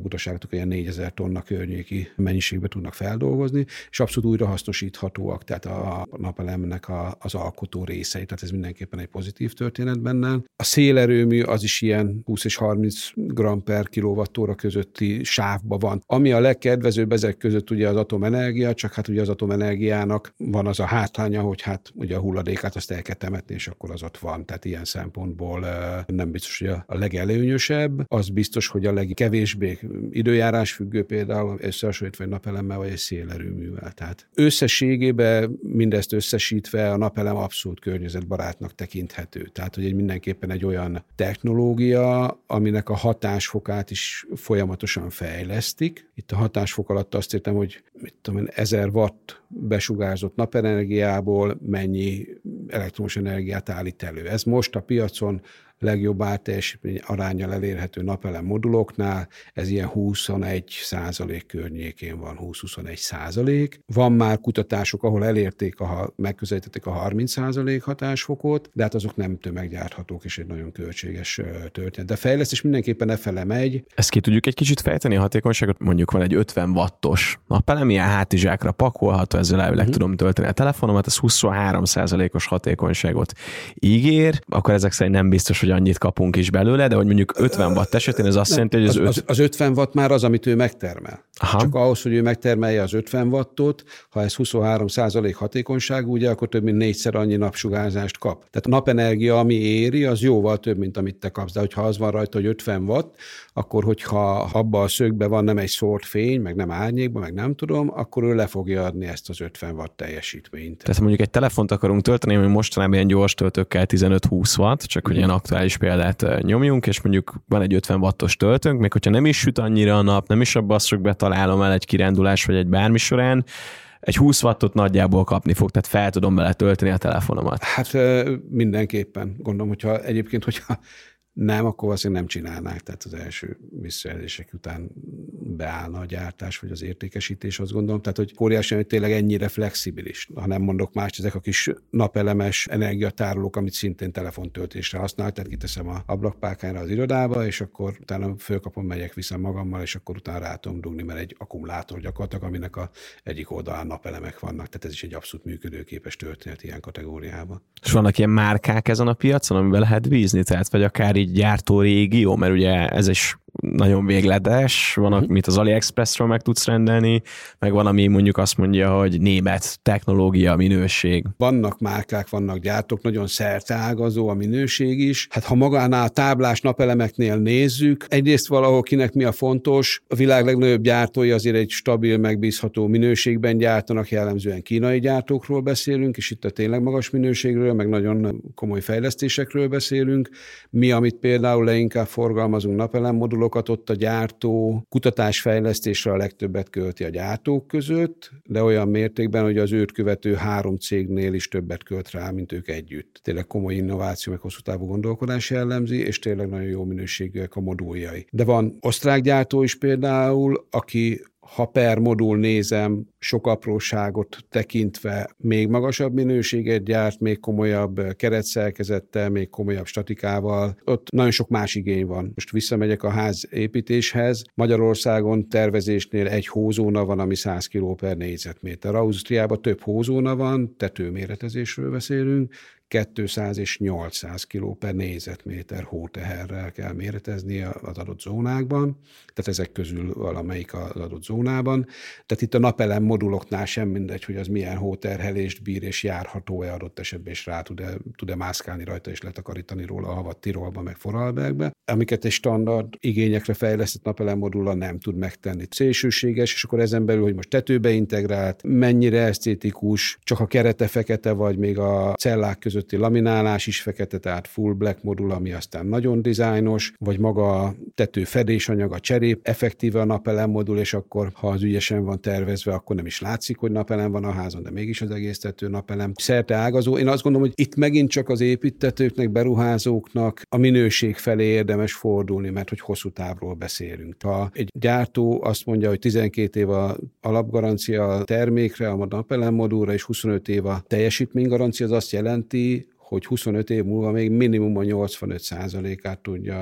butaságok ilyen négyezer tonna környéki mennyiségbe tudnak feldolgozni, és abszolút újrahasznosíthatóak, tehát a napelemnek a, az alkotó részei, tehát ez mindenképpen egy pozitív történet benne. A szélerőmű az is ilyen húsz és harminc gram per kilowattóra közötti sávban van. Ami a legkedvezőbb ezek között ugye az atomenergia, csak hát ugye az atomenergiának van az a hátránya, hogy hát ugye a hulladékát azt el kell temetni, és akkor az ott van. Tehát ilyen szempontból nem biztos, hogy a legelőnyösebb. Az biztos, hogy a legkevésbé időjárás függő például összehasonlítva egy napelemmel vagy egy szélerőművel. Tehát összességében mindezt összesítve a napelem abszolút környezetbarátnak tekinthető. Tehát, hogy egy mindenképpen egy olyan technológia, aminek a hatásfokát is folyamatosan fejlesztik. Itt a hatásfok alatt azt értem, hogy mit tudom én, ezer watt besugárzott napenergiából mennyi elektromos energiát állít elő. Ez most a piacon legjobb árteljesítmény aránnyal elérhető napelem moduloknál, ez ilyen huszonegy százalék környékén van, húsz-huszonegy százalék. Van már kutatások, ahol elérték, a, megközelítették a harminc százalék hatásfokot, de hát azok nem tömeggyárthatók, és egy nagyon költséges történet. De a fejlesztés mindenképpen e fele megy. Ezt ki tudjuk egy kicsit fejteni a hatékonyságot? Mondjuk van egy ötven wattos napelem, ilyen hátizsákra pakolható, ezzel elvileg uh-huh. tudom tölteni a telefonomat, ez huszonhárom százalékos hatékonyságot ígér, akkor ezek szerint nem biztos, hogy annyit kapunk is belőle, de hogy mondjuk ötven watt esetén ez azt nem, jelenti, hogy az, az, öt... az ötven watt már az, amit ő megtermel. Aha. Csak ahhoz, hogy ő megtermelje az ötven wattot, ha ez huszonhárom százalék hatékonyságú, ugye, akkor több mint négyszer annyi napsugárzást kap. Tehát a napenergia, ami éri, az jóval több, mint amit te kapsz. De hogyha az van rajta, hogy ötven watt, akkor hogyha abba a szögbe van nem egy szórt fény, meg nem árnyékban, meg nem tudom, akkor ő le fogja adni ezt az ötven watt teljesítményt. Tehát mondjuk egy telefont akarunk tölteni, ami mostanában ilyen gyors töltőkkel tizenöt-húsz watt, csak hogy ilyen aktuális példát nyomjunk, és mondjuk van egy ötven wattos töltőnk, még hogyha nem is süt annyira a nap, nem is abban a szögbe találom el egy kirándulás vagy egy bármi során, egy húsz wattot nagyjából kapni fog, tehát fel tudom bele tölteni a telefonomat. Hát mindenképpen. Gondolom, hogyha egyébként, hogyha nem, akkor azért nem csinálnák. Tehát az első visszajelzések után beállna a gyártás, vagy az értékesítés, azt gondolom. Tehát, hogy óriási, hogy tényleg ennyire flexibilis. Ha nem mondok más, ezek a kis napelemes energiatárolók, amit szintén telefontöltésre használok, tehát kiteszem a ablakpákányra az irodába, és akkor utána fölkapom, megyek, viszem magammal, és akkor utána rá tudom dugni, mert egy akkumulátor gyakorlatilag, aminek a egyik oldalán napelemek vannak. Tehát ez is egy abszolút működőképes történet ilyen kategóriában. És vannak ilyen márkák ezen a piacon, amiben lehet bízni, tehát vagy akár így gyártó régió, mert ugye ez is nagyon végletes, van, amit az AliExpressről meg tudsz rendelni, meg van, ami mondjuk azt mondja, hogy német technológia, minőség. Vannak márkák, vannak gyártók, nagyon szerteágazó a minőség is. Hát ha magánál táblás napelemeknél nézzük, egyrészt valahol kinek mi a fontos, a világ legnagyobb gyártói azért egy stabil, megbízható minőségben gyártanak, jellemzően kínai gyártókról beszélünk, és itt a tényleg magas minőségről, meg nagyon komoly fejlesztésekről beszélünk. Mi, amit például leginkább forgalmazunk napelemmodul, ott a gyártó kutatásfejlesztésre a legtöbbet költi a gyártók között, de olyan mértékben, hogy az őt követő három cégnél is többet költ rá, mint ők együtt. Tényleg komoly innováció, meg hosszú távú gondolkodás jellemzi, és tényleg nagyon jó minőségűek a moduljai. De van osztrák gyártó is például, aki ha per modul nézem, sok apróságot tekintve még magasabb minőséget gyárt, még komolyabb keretszerkezettel, még komolyabb statikával. Ott nagyon sok más igény van. Most visszamegyek a ház építéshez. Magyarországon tervezésnél egy hózóna van, ami száz kiló per négyzetméter. Ausztriában több hózóna van, tetőméretezésről beszélünk, kétszáz és nyolcszáz kiló per négyzetméter hóteherrel kell méretezni az adott zónákban, tehát ezek közül valamelyik az adott zónában. Tehát itt a napelem moduloknál sem mindegy, hogy az milyen hóterhelést bír, és járható-e adott esetben, és rá tud-e, tud-e mászkálni rajta, és letakarítani róla a havat Tirolba, meg Vorarlbergbe, amiket egy standard igényekre fejlesztett napelem modullal nem tud megtenni. Szélsőséges, és akkor ezen belül, hogy most tetőbe integrált, mennyire esztétikus, csak a kerete fekete, vagy még a cellák között laminálás is fekete, tehát full black modul, ami aztán nagyon dizájnos, vagy maga a tető fedésanyag, a cserép, effektíve a napelem modul, és akkor, ha az ügyesen van tervezve, akkor nem is látszik, hogy napelem van a házon, de mégis az egész tető napelem. Szerte ágazó. Én azt gondolom, hogy itt megint csak az építtetőknek, beruházóknak a minőség felé érdemes fordulni, mert hogy hosszú távról beszélünk. Ha egy gyártó azt mondja, hogy tizenkét év a alapgarancia a termékre, a napelem modulra, és huszonöt év a teljesítménygarancia, az azt jelenti, hogy huszonöt év múlva még minimum a nyolcvanöt százalékát tudja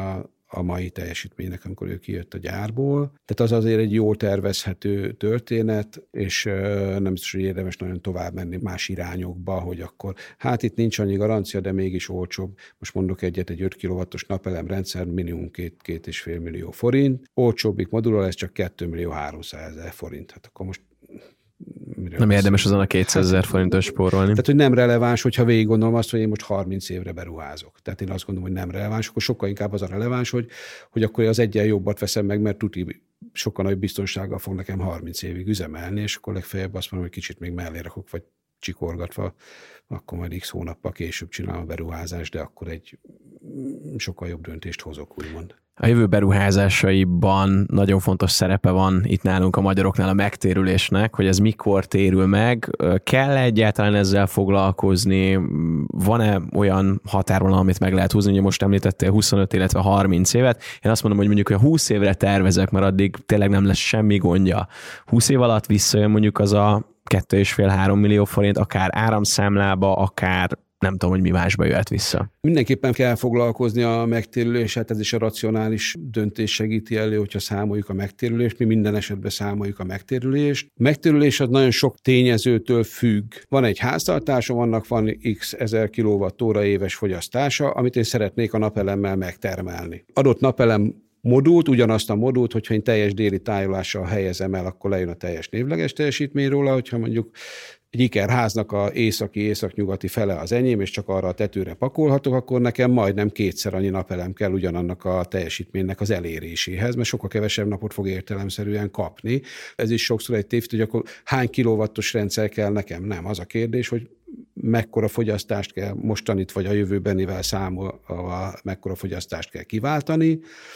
a mai teljesítménynek, amikor ő kijött a gyárból. Tehát az azért egy jól tervezhető történet, és nem biztos, hogy érdemes nagyon tovább menni más irányokba, hogy akkor hát itt nincs annyi garancia, de mégis olcsóbb. Most mondok egyet, egy öt kilowattos napelemrendszer minimum két, két és fél millió forint, olcsóbbik modulra lesz csak két millió háromszázezer forint. Hát akkor most nem érdemes azon a kétszázezer forintos spórolni. Tehát, hogy nem releváns, hogyha végig gondolom azt, hogy én most harminc évre beruházok. Tehát én azt gondolom, hogy nem releváns, akkor sokkal inkább az a releváns, hogy, hogy akkor az egyen jobbat veszem meg, mert tuti sokkal nagyobb biztonsággal fog nekem harminc évig üzemelni, és akkor legfeljebb azt mondom, hogy kicsit még mellé rakok, vagy csikorgatva, akkor majd x hónappal később csinálom a beruházást, de akkor egy sokkal jobb döntést hozok, úgymond. A jövő beruházásaiban nagyon fontos szerepe van itt nálunk a magyaroknál a megtérülésnek, hogy ez mikor térül meg, kell egyáltalán ezzel foglalkozni, van-e olyan határvonal, amit meg lehet húzni, ugye most említettél huszonöt, illetve harminc évet, én azt mondom, hogy mondjuk hogy húsz évre tervezek, mert addig tényleg nem lesz semmi gondja. húsz év alatt visszajön mondjuk az a két és fél-három millió forint, akár áramszámlába, akár nem tudom, hogy mi másba jöhet vissza. Mindenképpen kell foglalkozni a megtérüléssel, ez is a racionális döntés segíti elő, hogyha számoljuk a megtérülést, mi minden esetben számoljuk a megtérülést. A megtérülés az nagyon sok tényezőtől függ. Van egy háztartásom, annak van x ezer kilowattóra éves fogyasztása, amit én szeretnék a napelemmel megtermelni. Adott napelem modult, ugyanazt a modult, hogyha én teljes déli tájolással helyezem el, akkor lejön a teljes névleges teljesítmény róla, hogyha mondjuk egy ikerháznak a északi-északnyugati fele az enyém, és csak arra a tetőre pakolhatok, akkor nekem majdnem kétszer annyi napelem kell ugyanannak a teljesítménynek az eléréséhez, mert sokkal kevesebb napot fog értelemszerűen kapni. Ez is sokszor egy tévhit, hogy akkor hány kilowattos rendszer kell nekem? Nem. Az a kérdés, hogy mekkora fogyasztást kell mostanit vagy a jövőbenivel számolva, mekkora fogyasztást kell kiváltani,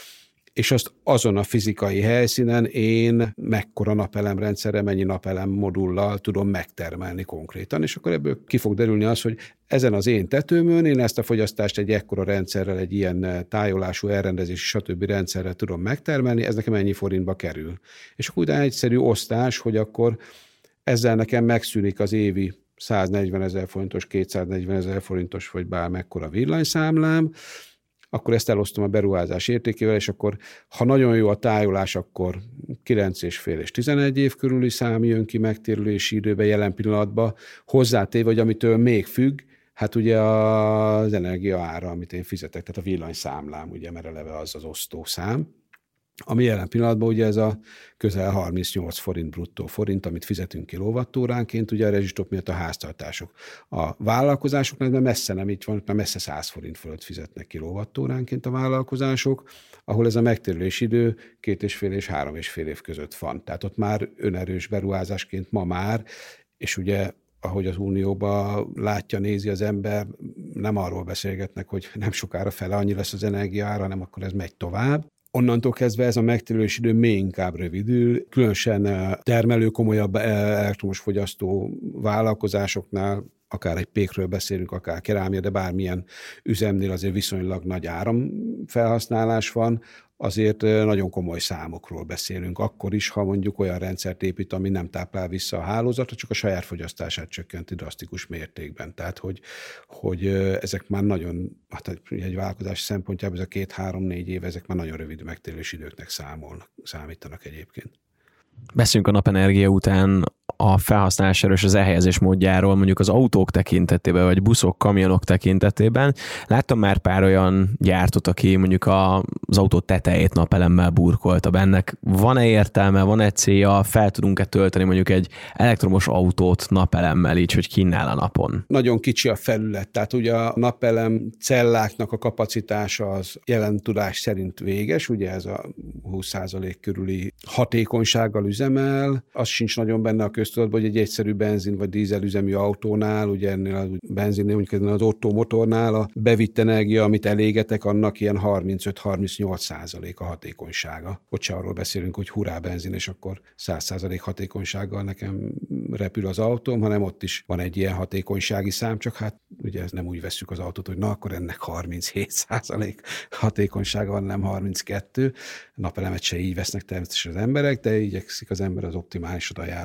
és azt azon a fizikai helyszínen én mekkora napelemrendszerre, mennyi napelem modullal tudom megtermelni konkrétan, és akkor ebből ki fog derülni az, hogy ezen az én tetőmön én ezt a fogyasztást egy ekkora rendszerrel, egy ilyen tájolású, elrendezési, stb. Rendszerrel tudom megtermelni, ez nekem ennyi forintba kerül. És akkor utána egyszerű osztás, hogy akkor ezzel nekem megszűnik az évi száznegyvenezer forintos, kétszáznegyvenezer forintos, vagy bármekkora villanyszámlám, akkor ezt elosztom a beruházás értékével, és akkor, ha nagyon jó a tájolás, akkor kilenc és fél és tizenegy év körüli szám jön ki megtérülési időben jelen pillanatban, hozzátéve, hogy amitől még függ, hát ugye az energia ára, amit én fizetek, tehát a villanyszámlám, ugye, mert eleve az az osztószám, ami jelen pillanatban ugye ez a közel harmincnyolc forint bruttó forint, amit fizetünk kilovattóránként, ugye a rezsistop miatt a háztartások. A vállalkozásoknál mert messze nem így van, mert messze száz forint fölött fizetnek kilovattóránként a vállalkozások, ahol ez a megtérülési idő két és fél és három és fél év között van. Tehát ott már önerős beruházásként ma már, és ugye ahogy az Unióban látja, nézi az ember, nem arról beszélgetnek, hogy nem sokára fele annyi lesz az energiaára, hanem akkor ez megy tovább. Onnantól kezdve ez a megtérülési idő még inkább rövidül, különösen termelő, komolyabb elektromos fogyasztó vállalkozásoknál, akár egy pékről beszélünk, akár kerámia, de bármilyen üzemnél azért viszonylag nagy áramfelhasználás van, azért nagyon komoly számokról beszélünk. Akkor is, ha mondjuk olyan rendszert épít, ami nem táplál vissza a hálózatra, csak a saját fogyasztását csökkenti drasztikus mértékben. Tehát, hogy, hogy ezek már nagyon, hát egy vállalkozás szempontjából ez a két-három-négy év, ezek már nagyon rövid megtérülési időknek számolnak, számítanak egyébként. Beszéljünk a napenergia után a felhasználás erős az elhelyezés módjáról, mondjuk az autók tekintetében, vagy buszok, kamionok tekintetében. Láttam már pár olyan gyártót, aki mondjuk az autó tetejét napelemmel burkolta. Ennek van-e értelme, van-e célja, fel tudunk-e tölteni mondjuk egy elektromos autót napelemmel így, hogy kínál a napon? Nagyon kicsi a felület, tehát ugye a napelem celláknak a kapacitása az jelen tudás szerint véges, ugye ez a húsz százalék körüli hatékonysággal üzemel, az sincs nagyon benne a köztudatban, hogy egy egyszerű benzin vagy dízelüzemű autónál, ugye ennél a benzinnél, mondjuk az Otto motornál a bevitt energia, amit elégetek, annak ilyen harmincöt-harmincnyolc százalék a hatékonysága. Ott se arról beszélünk, hogy hurrá benzin, és akkor száz százalék hatékonysággal nekem repül az autóm, hanem ott is van egy ilyen hatékonysági szám, csak hát ugye ez nem úgy vesszük az autót, hogy na, akkor ennek harminchét százalék hatékonysága van, nem harminckettő. Napelemet se így vesznek természetesen az emberek, de igyekszik az ember az optimálisat ajánlani az ügyfelének.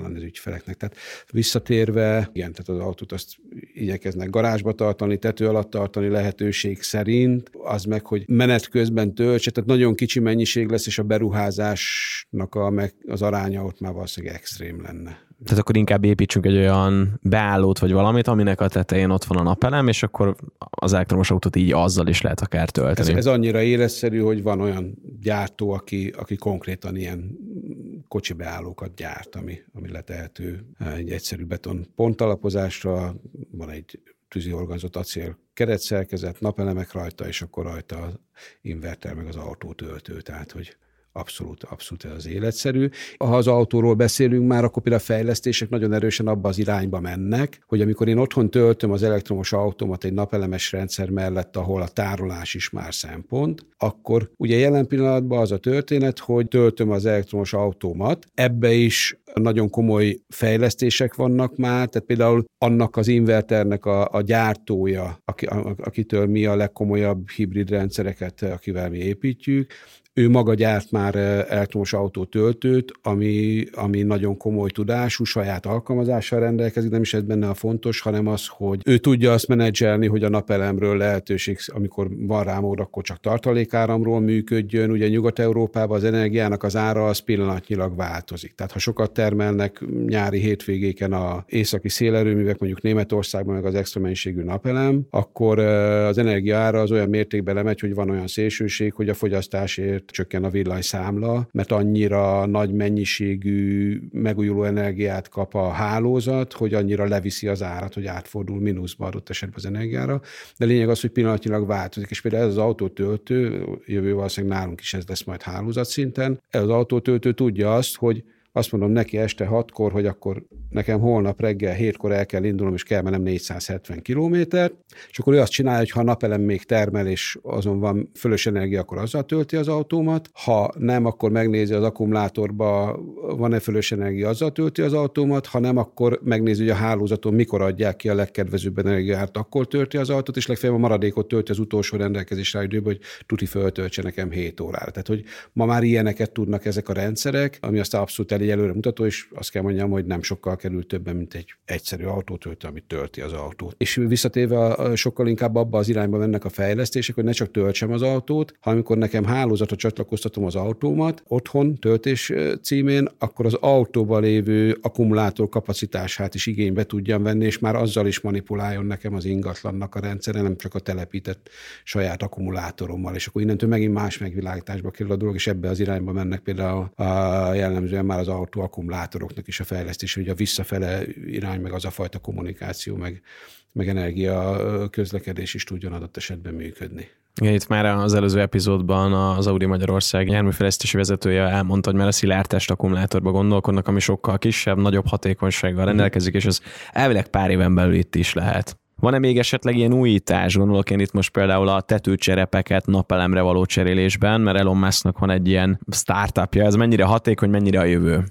ügyfeleknek. Tehát visszatérve, igen, tehát az autót azt igyekeznek garázsba tartani, tető alatt tartani lehetőség szerint, az meg, hogy menet közben töltse, tehát nagyon kicsi mennyiség lesz, és a beruházásnak a, meg az aránya ott már valószínűleg extrém lenne. Tehát akkor inkább építsünk egy olyan beállót vagy valamit, aminek a tetején ott van a napelem, és akkor az elektromos autót így azzal is lehet akár tölteni. Ez, ez annyira életszerű, hogy van olyan gyártó, aki, aki konkrétan ilyen kocsi beállókat gyárt, ami, ami letehető egy egyszerű beton pontalapozásra, van egy tűziorganizott acél keretszerkezet, napelemek rajta, és akkor rajta az inverter meg az autótöltő, tehát hogy Abszolút, abszolút ez az életszerű. Ha az autóról beszélünk már, akkor például a fejlesztések nagyon erősen abba az irányba mennek, hogy amikor én otthon töltöm az elektromos autómat egy napelemes rendszer mellett, ahol a tárolás is már szempont, akkor ugye jelen pillanatban az a történet, hogy töltöm az elektromos autómat, ebbe is nagyon komoly fejlesztések vannak már, tehát például annak az inverternek a, a gyártója, aki, a, akitől mi a legkomolyabb hibrid rendszereket, akivel mi építjük, ő maga gyárt már elektromos autótöltőt, ami, ami nagyon komoly tudású, saját alkalmazással rendelkezik, nem is ez benne a fontos, hanem az, hogy ő tudja azt menedzselni, hogy a napelemről lehetőség, amikor van rá mód, akkor csak tartalékáramról működjön. Ugye Nyugat-Európában az energiának az ára az pillanatnyilag változik. Tehát ha sokat termelnek nyári hétvégéken az északi szélerőművek, mondjuk Németországban meg az extra mennyiségű napelem, akkor az energia ára az olyan mértékben lemegy, hogy van olyan szélsőség, hogy a fogyasztásért csökken a villanyszámla, mert annyira nagy mennyiségű megújuló energiát kap a hálózat, hogy annyira leviszi az árat, hogy átfordul mínuszba adott esetben az energiára. De lényeg az, hogy pillanatnyilag változik, és például ez az autótöltő, jövő valószínűleg nálunk is ez lesz majd hálózatszinten, ez az autótöltő tudja azt, hogy azt mondom neki este hatkor, hogy akkor nekem holnap reggel hétkor el kell indulnom, és kell mennem négyszázhetven kilométer, és akkor ő azt csinálja, hogy ha a napelem még termel, és azon van fölös energia, akkor azzal tölti az autómat, ha nem, akkor megnézi az akkumulátorba, van-e fölös energia, azzal tölti az autómat, ha nem, akkor megnézi, hogy a hálózaton mikor adják ki a legkedvezőbb energiát, akkor tölti az autót, és legfeljebb a maradékot tölti az utolsó rendelkezésre időben, hogy tuti föltöltse nekem hét órára. Tehát, hogy ma már ilyeneket tudnak ezek a rendszerek, ami aztán abszolút elég előremutató, és azt kell mondjam, hogy nem sokkal kerül többen, mint egy egyszerű autótöltő, amit tölti az autót. És visszatérve a, sokkal inkább abba az irányba mennek a fejlesztések, hogy ne csak töltsem az autót, hanem amikor nekem hálózatot csatlakoztatom az autómat, otthon töltés címén, akkor az autóban lévő akkumulátor kapacitását is igénybe tudjam venni, és már azzal is manipuláljon nekem az ingatlannak a rendszere, nem csak a telepített saját akkumulátorommal, és akkor innentől megint más megvilágításba kerül a dolog, és ebbe az irányba mennek például a, a jellemzően már az autó akkumulátoroknak is a fejlesztés, hogy a visszafele irány, meg az a fajta kommunikáció, meg, meg energia közlekedés is tudjon adott esetben működni. Igen, itt már az előző epizódban az Audi Magyarország járműfejlesztési vezetője elmondta, hogy már a szilárdtest akkumulátorba gondolkodnak, ami sokkal kisebb, nagyobb hatékonysággal rendelkezik, és ez elvileg pár éven belül itt is lehet. Van-e még esetleg ilyen újítás? Gondolok én itt most például a tetőcserepeket napelemre való cserélésben, mert Elon Musknak van egy ilyen startupja. Ez mennyire hatékony, mennyire a jövő?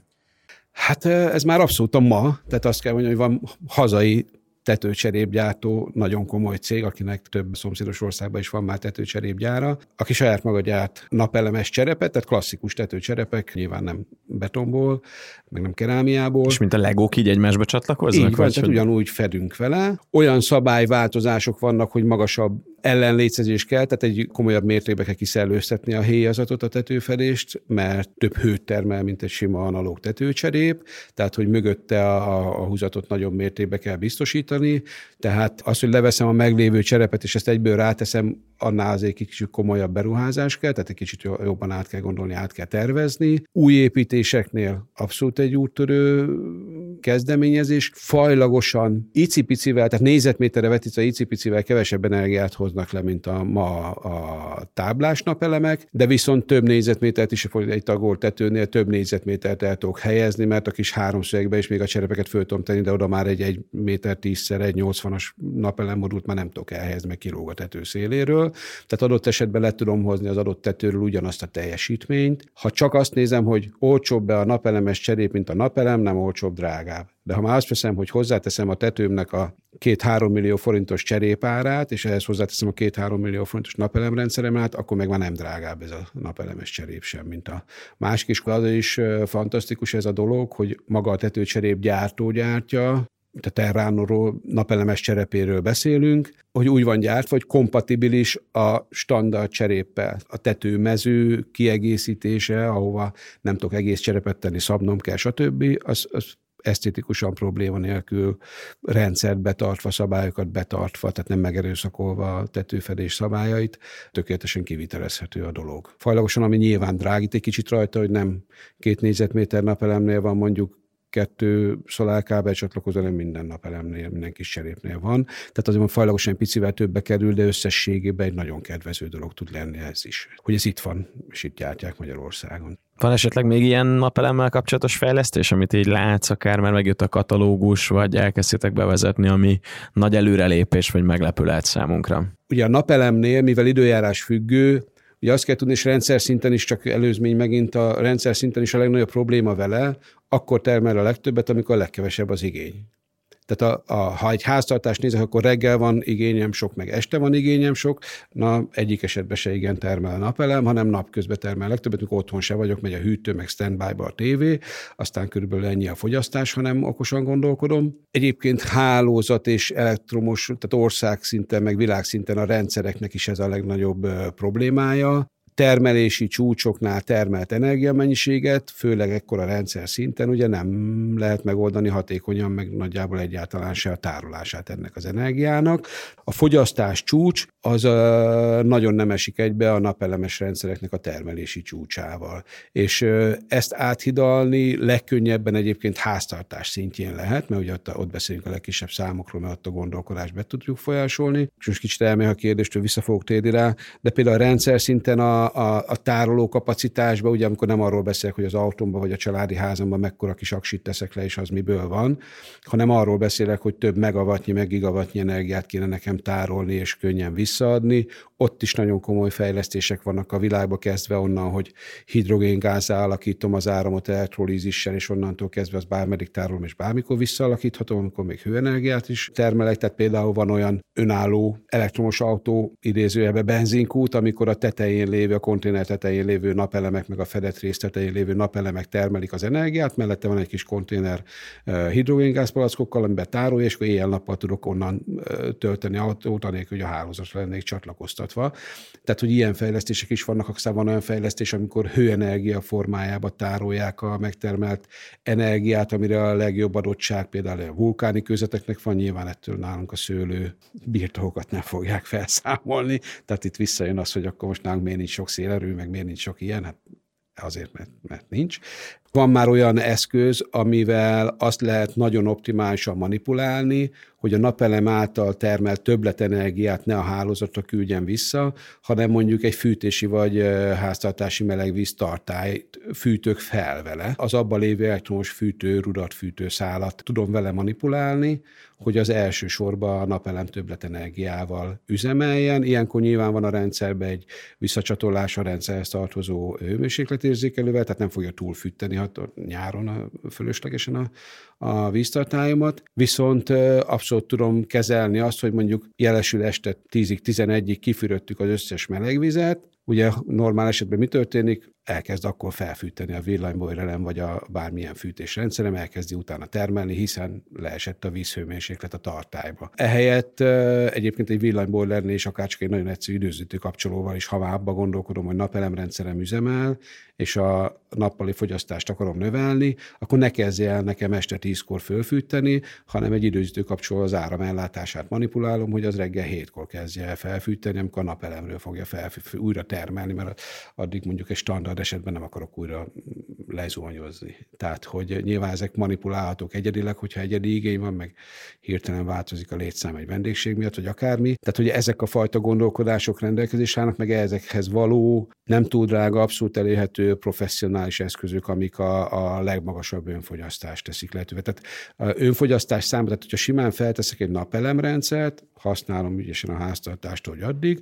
Hát ez már abszolút a ma, tehát azt kell mondani, hogy van hazai tetőcserépgyártó, nagyon komoly cég, akinek több szomszédos országban is van már tetőcserépgyára, aki saját maga gyárt napelemes cserepet, tehát klasszikus tetőcserepek, nyilván nem betonból, meg nem kerámiából. És mint a legók így egymásba csatlakoznak? Így van, tehát ugyanúgy fedünk vele. Olyan szabályváltozások vannak, hogy magasabb ellenlétezés kell, tehát egy komolyabb mértékben kell kiszellőztetni a héjazatot, a tetőfedést, mert több hőt termel, mint egy sima analóg tetőcserép, tehát hogy mögötte a, a húzatot nagyobb mértékben kell biztosítani, tehát az, hogy leveszem a meglévő cserepet, és ezt egyből ráteszem, annál azért kicsit komolyabb beruházás kell, tehát egy kicsit jobban át kell gondolni, át kell tervezni. Új építéseknél abszolút egy úttörő kezdeményezés, fajlagosan, icipicivel, tehát négyzetméterre vetítve icipicivel kevesebb energiát hoznak le, mint a ma a táblás napelemek, de viszont több négyzetmétert is egy tagolt tetőnél több négyzetmétert el tudok helyezni, mert a kis háromszögekbe is még a cserepeket föl tudom tenni, de oda már egy egy méter tízszer egy nyolcvanas napelemmodult már nem tudok elhelyezni, meg kilóg a tető széléről. Tehát adott esetben le tudom hozni az adott tetőről ugyanazt a teljesítményt. Ha csak azt nézem, hogy olcsóbb be a napelemes cserép, mint a napelem, nem olcsóbb, drágább. drágább. De ha már azt veszem, hogy hozzáteszem a tetőmnek a két-három millió forintos cserépárát, és ehhez hozzáteszem a két-három millió forintos napelemrendszeremet, akkor meg már nem drágább ez a napelemes cserép sem, mint a másik. És az is fantasztikus ez a dolog, hogy maga a tetőcserép gyártó gyártja, a Terranoról, napelemes cserepéről beszélünk, hogy úgy van gyártva, hogy kompatibilis a standard cseréppel. A tetőmező kiegészítése, ahova nem tudok egész cserepet tenni, szabnom kell, stb., az, az esztétikusan probléma nélkül, rendszert betartva, szabályokat betartva, tehát nem megerőszakolva a tetőfedés szabályait, tökéletesen kivitelezhető a dolog. Fajlagosan, ami nyilván drágít egy kicsit rajta, hogy nem két négyzetméter napelemnél van mondjuk kettő szolárkábel csatlakozó, nem minden napelemnél, minden kis cserépnél van. Tehát azért fajlagosan picivel többbe kerül, de összességében egy nagyon kedvező dolog tud lenni ez is. Hogy ez itt van, és itt gyártják Magyarországon. Van esetleg még ilyen napelemmel kapcsolatos fejlesztés, amit így látsz, akár már megjött a katalógus, vagy elkezdtétek bevezetni, ami nagy előrelépés, vagy meglepő lehet számunkra? Ugye a napelemnél, mivel időjárás függő, ugye azt kell tudni, és rendszer szinten is, csak előzmény megint a rendszer szinten is a legnagyobb probléma vele, akkor termel a legtöbbet, amikor a legkevesebb az igény. Tehát a, a, ha egy háztartást nézek, akkor reggel van igényem sok, meg este van igényem sok, na egyik esetben se igen termel a napelem, hanem napközben termel a legtöbbet, amikor otthon se vagyok, megy a hűtő, meg standby-ba a tévé, aztán körülbelül ennyi a fogyasztás, ha nem okosan gondolkodom. Egyébként hálózat és elektromos, tehát országszinten, meg világszinten a rendszereknek is ez a legnagyobb problémája. Termelési csúcsoknál termelt energiamennyiséget, főleg ekkora rendszer szinten ugye nem lehet megoldani hatékonyan, meg nagyjából egyáltalán se a tárolását ennek az energiának. A fogyasztás csúcs az nagyon nem esik egybe a napelemes rendszereknek a termelési csúcsával. És ezt áthidalni legkönnyebben egyébként háztartás szintjén lehet, mert ugye ott, ott beszélünk a legkisebb számokról, mert ott a gondolkodást be tudjuk folyásolni. És most kicsit elmegy a kérdéstől, vissza fogok térni rá, de például a rendszer szinten a A, a tároló kapacitásban, ugye amikor nem arról beszélek, hogy az autómban vagy a családi házamban mekkora kis aksit teszek le, és az miből van, hanem arról beszélek, hogy több megawattnyi, meg gigawattnyi energiát kéne nekem tárolni, és könnyen visszaadni. Ott is nagyon komoly fejlesztések vannak a világba, kezdve onnan, hogy hidrogéngázzá alakítom az áramot elektrolízissel, és onnantól kezdve az bármeddig tárolom, és bármikor visszaalakíthatom, amikor még hőenergiát is termelek. Tehát például van olyan önálló elektromos autó, idézőjelben benzinkút, amikor a tetején lévő, a konténer tetején lévő napelemek, meg a fedett rész tetején lévő napelemek termelik az energiát, mellette van egy kis konténer hidrogéngázpalackokkal, amiben tárolja, és akkor éjjel-nappal tudok onnan tölteni autót, anélkül, hogy a hálózatra lennék csatlakoztatva. Tehát, hogy ilyen fejlesztések is vannak, aztán van olyan fejlesztés, amikor hőenergia formájába tárolják a megtermelt energiát, amire a legjobb adottság például a vulkáni kőzeteknek van, nyilván ettől nálunk a szőlő birtokokat nem fogják felszámolni. Tehát itt visszajön az, hogy akkor most nálunk miért nincs sok szélerő, meg miért nincs sok ilyen, hát azért, mert, mert nincs. Van már olyan eszköz, amivel azt lehet nagyon optimálisan manipulálni, hogy a napelem által termelt többletenergiát ne a hálózatra küldjen vissza, hanem mondjuk egy fűtési vagy háztartási melegvíz tartályt fűtök fel vele. Az abban lévő elektromos fűtő, rudat fűtőszálat tudom vele manipulálni, hogy az elsősorban a napelem többletenergiával üzemeljen. Ilyenkor nyilván van a rendszerben egy visszacsatolás a rendszerhez tartozó hőmérsékletérzékelővel, tehát nem fogja túlfűteni nyáron a, fölöslegesen a, a víztartályomat, viszont abszolút tudom kezelni azt, hogy mondjuk jelesül este tízig, tizenegyig kifürödtük az összes melegvizet. Ugye normál esetben mi történik? Elkezd akkor felfűteni a villanybojlerem, vagy a bármilyen fűtésrendszerem, elkezdi utána termelni, hiszen leesett a vízhőmérséklet a tartályba. Ehelyett egyébként egy villanybojlernél is akár csak egy nagyon egyszerű időzítő kapcsolóval is, ha már abba gondolkodom, hogy napelemrendszerem üzemel, és a nappali fogyasztást akarom növelni, akkor ne kezdje el nekem este tízkor fölfűteni, hanem egy időzítő kapcsoló az áramellátását manipulálom, hogy az reggel hétkor kezdje el felfűteni, amikor a napelemről fogja felfűteni, újra termelni, mert addig mondjuk egy standard esetben nem akarok újra lezuhanyozni. Tehát, hogy nyilván ezek manipulálhatók egyedileg, hogyha egyedi igény van, meg hirtelen változik a létszám egy vendégség miatt, vagy akármi. Tehát, hogy ezek a fajta gondolkodások rendelkezésre állnak, meg ezekhez való, nem túl drága, abszolút elérhető professzionális eszközök, amik a, a legmagasabb önfogyasztást teszik lehetővé. Tehát a önfogyasztás számba, tehát hogyha simán felteszek egy napelemrendszert, használom ügyesen a háztartást, hogy addig,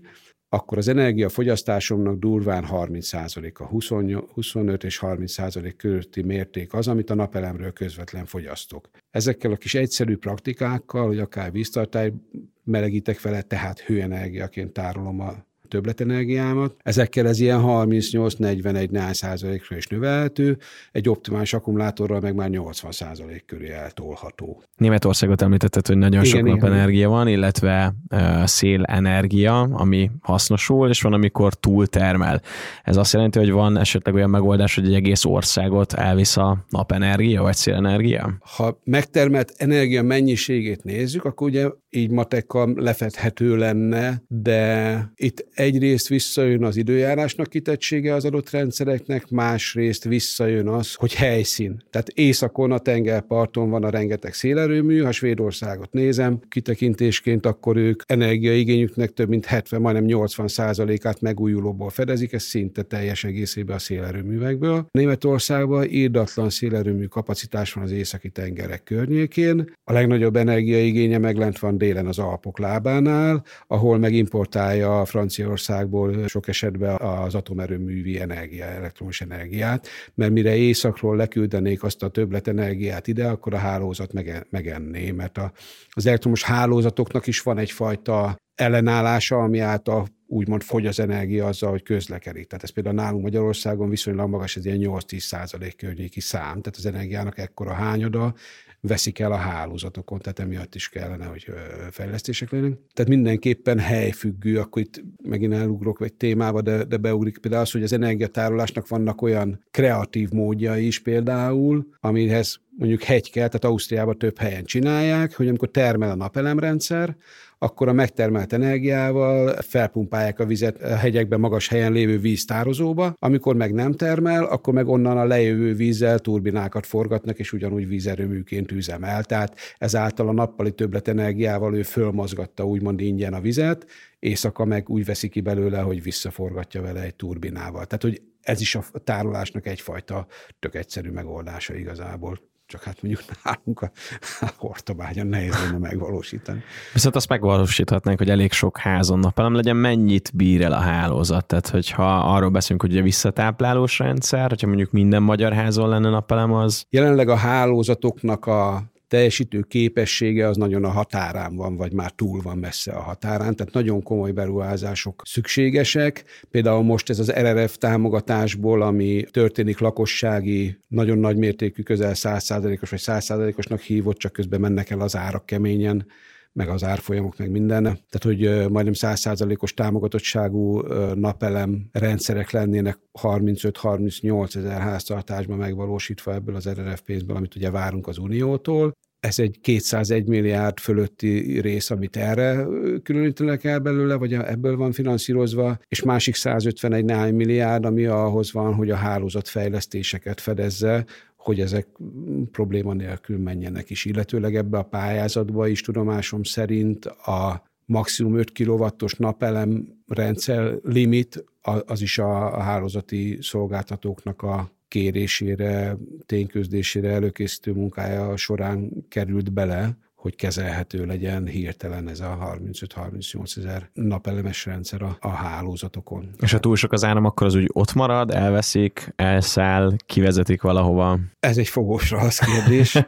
akkor az energiafogyasztásomnak durván harminc százaléka, huszonöt és harminc százalék közötti mérték az, amit a napelemről közvetlen fogyasztok. Ezekkel a kis egyszerű praktikákkal, hogy akár víztartály melegítek vele, tehát hőenergiaként tárolom a többletenergiámat. Ezekkel ez ilyen harmincnyolc-negyvenegy százalékra is növelhető, egy optimális akkumulátorral meg már nyolcvan százalék köré eltolható. Németországot említetted, hogy nagyon igen, sok napenergia van, illetve uh, szélenergia, ami hasznosul, és van, amikor túltermel. Ez azt jelenti, hogy van esetleg olyan megoldás, hogy egy egész országot elvisz a napenergia, vagy szélenergia? Ha megtermelt energia mennyiségét nézzük, akkor ugye így matekkal lefedhető lenne, de itt egyrészt visszajön az időjárásnak kitettsége az adott rendszereknek, másrészt visszajön az, hogy helyszín. Tehát északon a tengerparton van a rengeteg szélerőmű, ha Svédországot nézem kitekintésként, akkor ők energiaigényüknek több mint hetven, majdnem nyolcvan százalékát megújulóból fedezik, ez szinte teljes egészében a szélerőművekből. Németországban irdatlan szélerőmű kapacitás van az északi tengerek környékén. A legnagyobb energiaigénye meg lent van délen az Alpok lábánál, ahol megimportálja a Franciaországból sok esetben az atomerőművi energia, elektromos energiát, mert mire északról leküldenék azt a többletenergiát ide, akkor a hálózat megenné, mert a, az elektromos hálózatoknak is van egyfajta ellenállása, ami által úgymond fogy az energia azzal, hogy közlekedik. Tehát ez például nálunk Magyarországon viszonylag magas, ez ilyen nyolc-tíz százalék környéki szám, tehát az energiának ekkora hányada veszik el a hálózatokon, tehát emiatt is kellene, hogy fejlesztések legyenek. Tehát mindenképpen helyfüggő, akkor itt megint elugrok egy témába, de, de beugrik például az, hogy az energiatárolásnak vannak olyan kreatív módjai is például, amihez mondjuk hegy kell, tehát Ausztriában több helyen csinálják, hogy amikor termel a napelemrendszer, akkor a megtermelt energiával felpumpálják a vizet a hegyekben magas helyen lévő víztározóba, amikor meg nem termel, akkor meg onnan a lejövő vízzel turbinákat forgatnak, és ugyanúgy vízerőműként üzemel. Tehát ezáltal a nappali többletenergiával ő fölmozgatta úgymond ingyen a vizet, éjszaka meg úgy veszi ki belőle, hogy visszaforgatja vele egy turbinával. Tehát, hogy ez is a tárolásnak egyfajta tök egyszerű megoldása igazából. Csak hát mondjuk nálunk a Hortobágyon nehéz lenne megvalósítani. Viszont azt megvalósíthatnánk, hogy elég sok házon napelem legyen, mennyit bír el a hálózat? Tehát, hogyha arról beszélünk, hogy ugye visszatáplálós rendszer, hogyha mondjuk minden magyar házon lenne napelem, az... Jelenleg a hálózatoknak a teljesítő képessége az nagyon a határán van, vagy már túl van messze a határán, tehát nagyon komoly beruházások szükségesek. Például most ez az er er ef támogatásból, ami történik lakossági, nagyon nagy mértékű, közel száz százalékos vagy száz százalékosnak hívott, csak közben mennek el az árak keményen, meg az árfolyamok, meg minden. Tehát, hogy majdnem száz százalékos támogatottságú napelem rendszerek lennének harmincöt-harmincnyolc ezer háztartásban megvalósítva ebből az er er ef pénzből, amit ugye várunk az Uniótól. Ez egy kétszázegy milliárd fölötti rész, amit erre különítenek el belőle, vagy ebből van finanszírozva, és másik százötvenegy milliárd, ami ahhoz van, hogy a hálózatfejlesztéseket fedezze, hogy ezek probléma nélkül menjenek is. Illetőleg ebbe a pályázatba is tudomásom szerint a maximum öt kilowattos napelem rendszer limit, az is a hálózati szolgáltatók a kérésére, tényközlésére előkészítő munkája során került bele, hogy kezelhető legyen hirtelen ez a harmincöt-harmincnyolc ezer napelemes rendszer a, a hálózatokon. És ha túl sok az áram, akkor az úgy ott marad, elveszik, elszáll, kivezetik valahova? Ez egy fogósra az kérdés,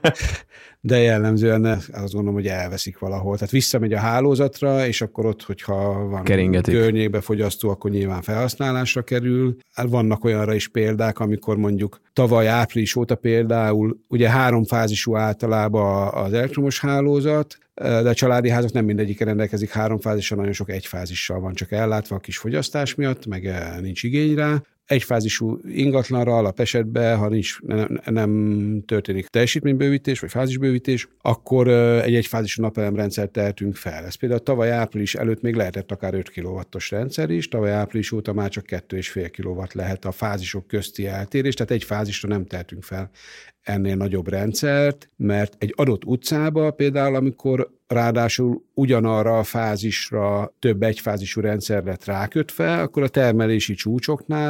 de jellemzően azt gondolom, hogy elveszik valahol. Tehát visszamegy a hálózatra, és akkor ott, hogyha van keringetik. Környékbe fogyasztó, akkor nyilván felhasználásra kerül. Vannak olyanra is példák, amikor mondjuk tavaly április óta például, ugye háromfázisú általában az elektromos hálózat, de a családi házak nem mindegyik rendelkezik háromfázissal, nagyon sok egyfázissal van csak ellátva a kis fogyasztás miatt, meg nincs igény rá. Egyfázisú ingatlanra alapesetben, ha nincs, nem, nem történik teljesítménybővítés vagy fázisbővítés, akkor egy egyfázisú napelemrendszert tehetünk fel. Ez például tavaly április előtt még lehetett akár öt kilowattos rendszer is, tavaly április óta már csak kettő és fél kilowatt lehet a fázisok közti eltérés, tehát egy fázisra nem tehetünk fel ennél nagyobb rendszert, mert egy adott utcába például, amikor ráadásul ugyanarra a fázisra több egyfázisú rendszer lett rákötve, akkor a termelési csúcsoknál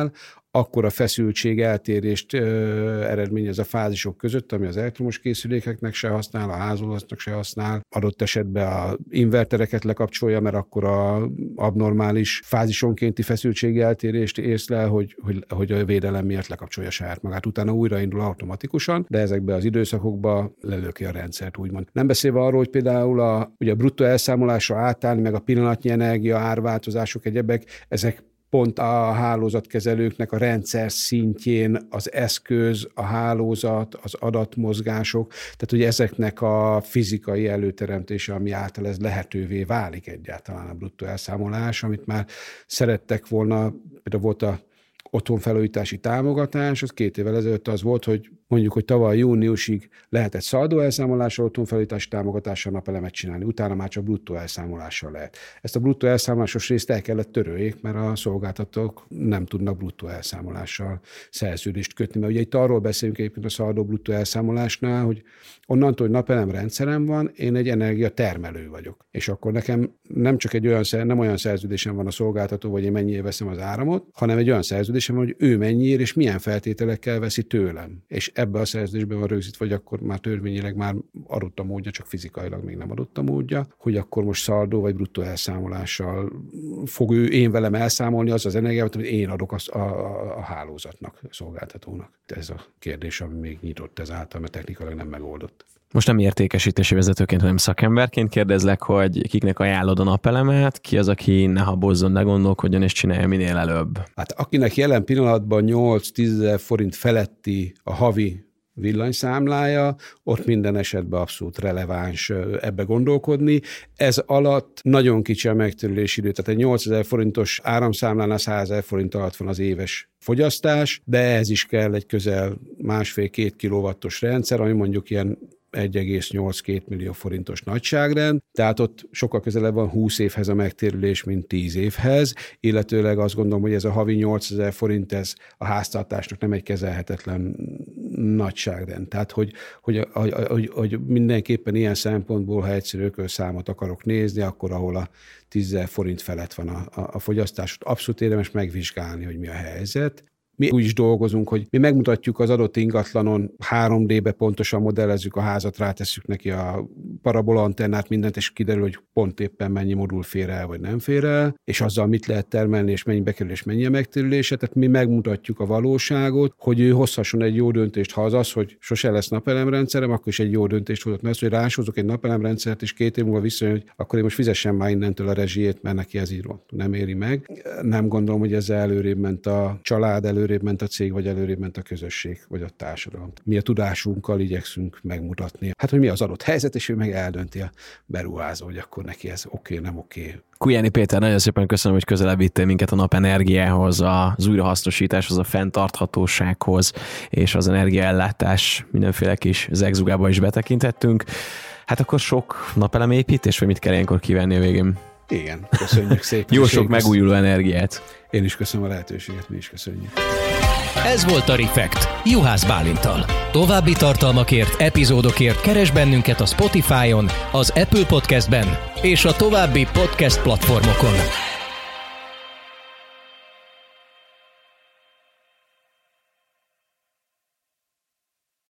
akkora feszültség eltérést ö, eredményez a fázisok között, ami az elektromos készülékeknek se használ, a hálózatnak se használ. Adott esetben a invertereket lekapcsolja, mert akkor a abnormális fázisonkénti feszültség eltérést észlel, hogy, hogy, hogy a védelem miatt lekapcsolja saját magát. Utána újraindul automatikusan, de ezekben az időszakokban lelöki a rendszert, úgymond. Nem beszélve arról, hogy például a, ugye a bruttó elszámolásra átállni, meg a pillanatnyi energia árváltozások, egyebek, ezek pont a hálózatkezelőknek a rendszer szintjén az eszköz, a hálózat, az adatmozgások, tehát ugye ezeknek a fizikai előteremtése, ami által ez lehetővé válik egyáltalán a bruttó elszámolás, amit már szerettek volna, például volt a otthonfelújítási támogatás, az két évvel ezelőtt az volt, hogy mondjuk, hogy tavaly júniusig lehetett szaldó elszámolással, otthonfelújítási támogatással napelemet csinálni, utána már csak bruttó elszámolással lehet. Ezt a bruttó elszámolásos részt el kellett töröljék, mert a szolgáltatók nem tudnak bruttó elszámolással szerződést kötni, mert ugye itt arról beszélünk egyébként a szaldó bruttó elszámolásnál, hogy onnantól, hogy napelem rendszerem van, én egy energiatermelő vagyok. És akkor nekem nem csak egy olyan, nem olyan szerződésem van a szolgáltató, vagy én mennyire veszem az áramot, hanem egy olyan szerződésem van, hogy ő mennyiért és milyen feltételekkel veszi tőlem. És ebbe a szerződésben van rögzítve, vagy akkor már törvényileg már adott a módja, csak fizikailag még nem adott a módja, hogy akkor most szaldó vagy bruttó elszámolással fog ő én velem elszámolni az az energiát, amit én adok a, a, a hálózatnak, a szolgáltatónak. Ez a kérdés, ami még nyitott ezáltal, mert technikailag nem megoldott. Most nem értékesítési vezetőként, hanem szakemberként kérdezlek, hogy kiknek ajánlod a napelemet, ki az, aki ne habozzon, ne gondolkodjon és csinálja minél előbb. Hát akinek jelen pillanatban nyolc-tízezer forint feletti a havi villanyszámlája, ott minden esetben abszolút releváns ebbe gondolkodni. Ez alatt nagyon kicsi a megtérülési idő, tehát egy nyolcezer forintos áramszámlánál százezer forint alatt van az éves fogyasztás, de ez is kell egy közel másfél-két kilowattos rendszer, ami mondjuk ilyen egy egész nyolc-két millió forintos nagyságrend, tehát ott sokkal közelebb van húsz évhez a megtérülés, mint tíz évhez, illetőleg azt gondolom, hogy ez a havi nyolcezer forint, ez a háztartásnak nem egy kezelhetetlen nagyságrend. Tehát, hogy, hogy, hogy, hogy, hogy mindenképpen ilyen szempontból, ha egyszerű ökölszámot akarok nézni, akkor ahol a tízezer forint felett van a, a, a fogyasztás, abszolút érdemes megvizsgálni, hogy mi a helyzet. Mi úgy is dolgozunk, hogy mi megmutatjuk az adott ingatlanon, három dé-be pontosan modellezzük a házat, rátesszük neki a parabola antennát, mindent, és kiderül, hogy pont éppen mennyi modul fér el, vagy nem fér el, és azzal mit lehet termelni, és mennyi bekerül, és mennyi a megtérülése. Tehát mi megmutatjuk a valóságot, hogy ő hozhasson egy jó döntést, ha az az, hogy sose lesz napelemrendszerem, akkor is egy jó döntést hozott. Mert az, hogy rásozok egy napelemrendszert, és két év múlva viszonyul, hogy akkor én most fizessem már innentől a rezsijét, mert neki ez így nem éri meg. Nem gondolom, hogy ezzel előrébb ment a család, előrébb ment a cég, vagy előrébb ment a közösség, vagy a társadalom. Mi a tudásunkkal igyekszünk megmutatni. Hát, hogy mi az adott helyzet, és ő meg eldönti a beruházó, hogy akkor neki ez oké, okay, nem oké. Okay. Kujányi Péter, nagyon szépen köszönöm, hogy közelebb vittél minket a napenergiához, az újrahasznosításhoz, a fenntarthatósághoz, és az energiaellátás mindenféle kis zegzugába is betekintettünk. Hát akkor sok napelemépítés, vagy mit kell ilyenkor kívánni a végén? Igen, köszönjük szépen. Jó sok megújuló energiát. Én is köszönöm a lehetőséget, mi is köszönjük. Ez volt a Refekt, Juhász Bálinttal. További tartalmakért, epizódokért keresd bennünket a Spotify-on, az Apple Podcastben és a további podcast platformokon.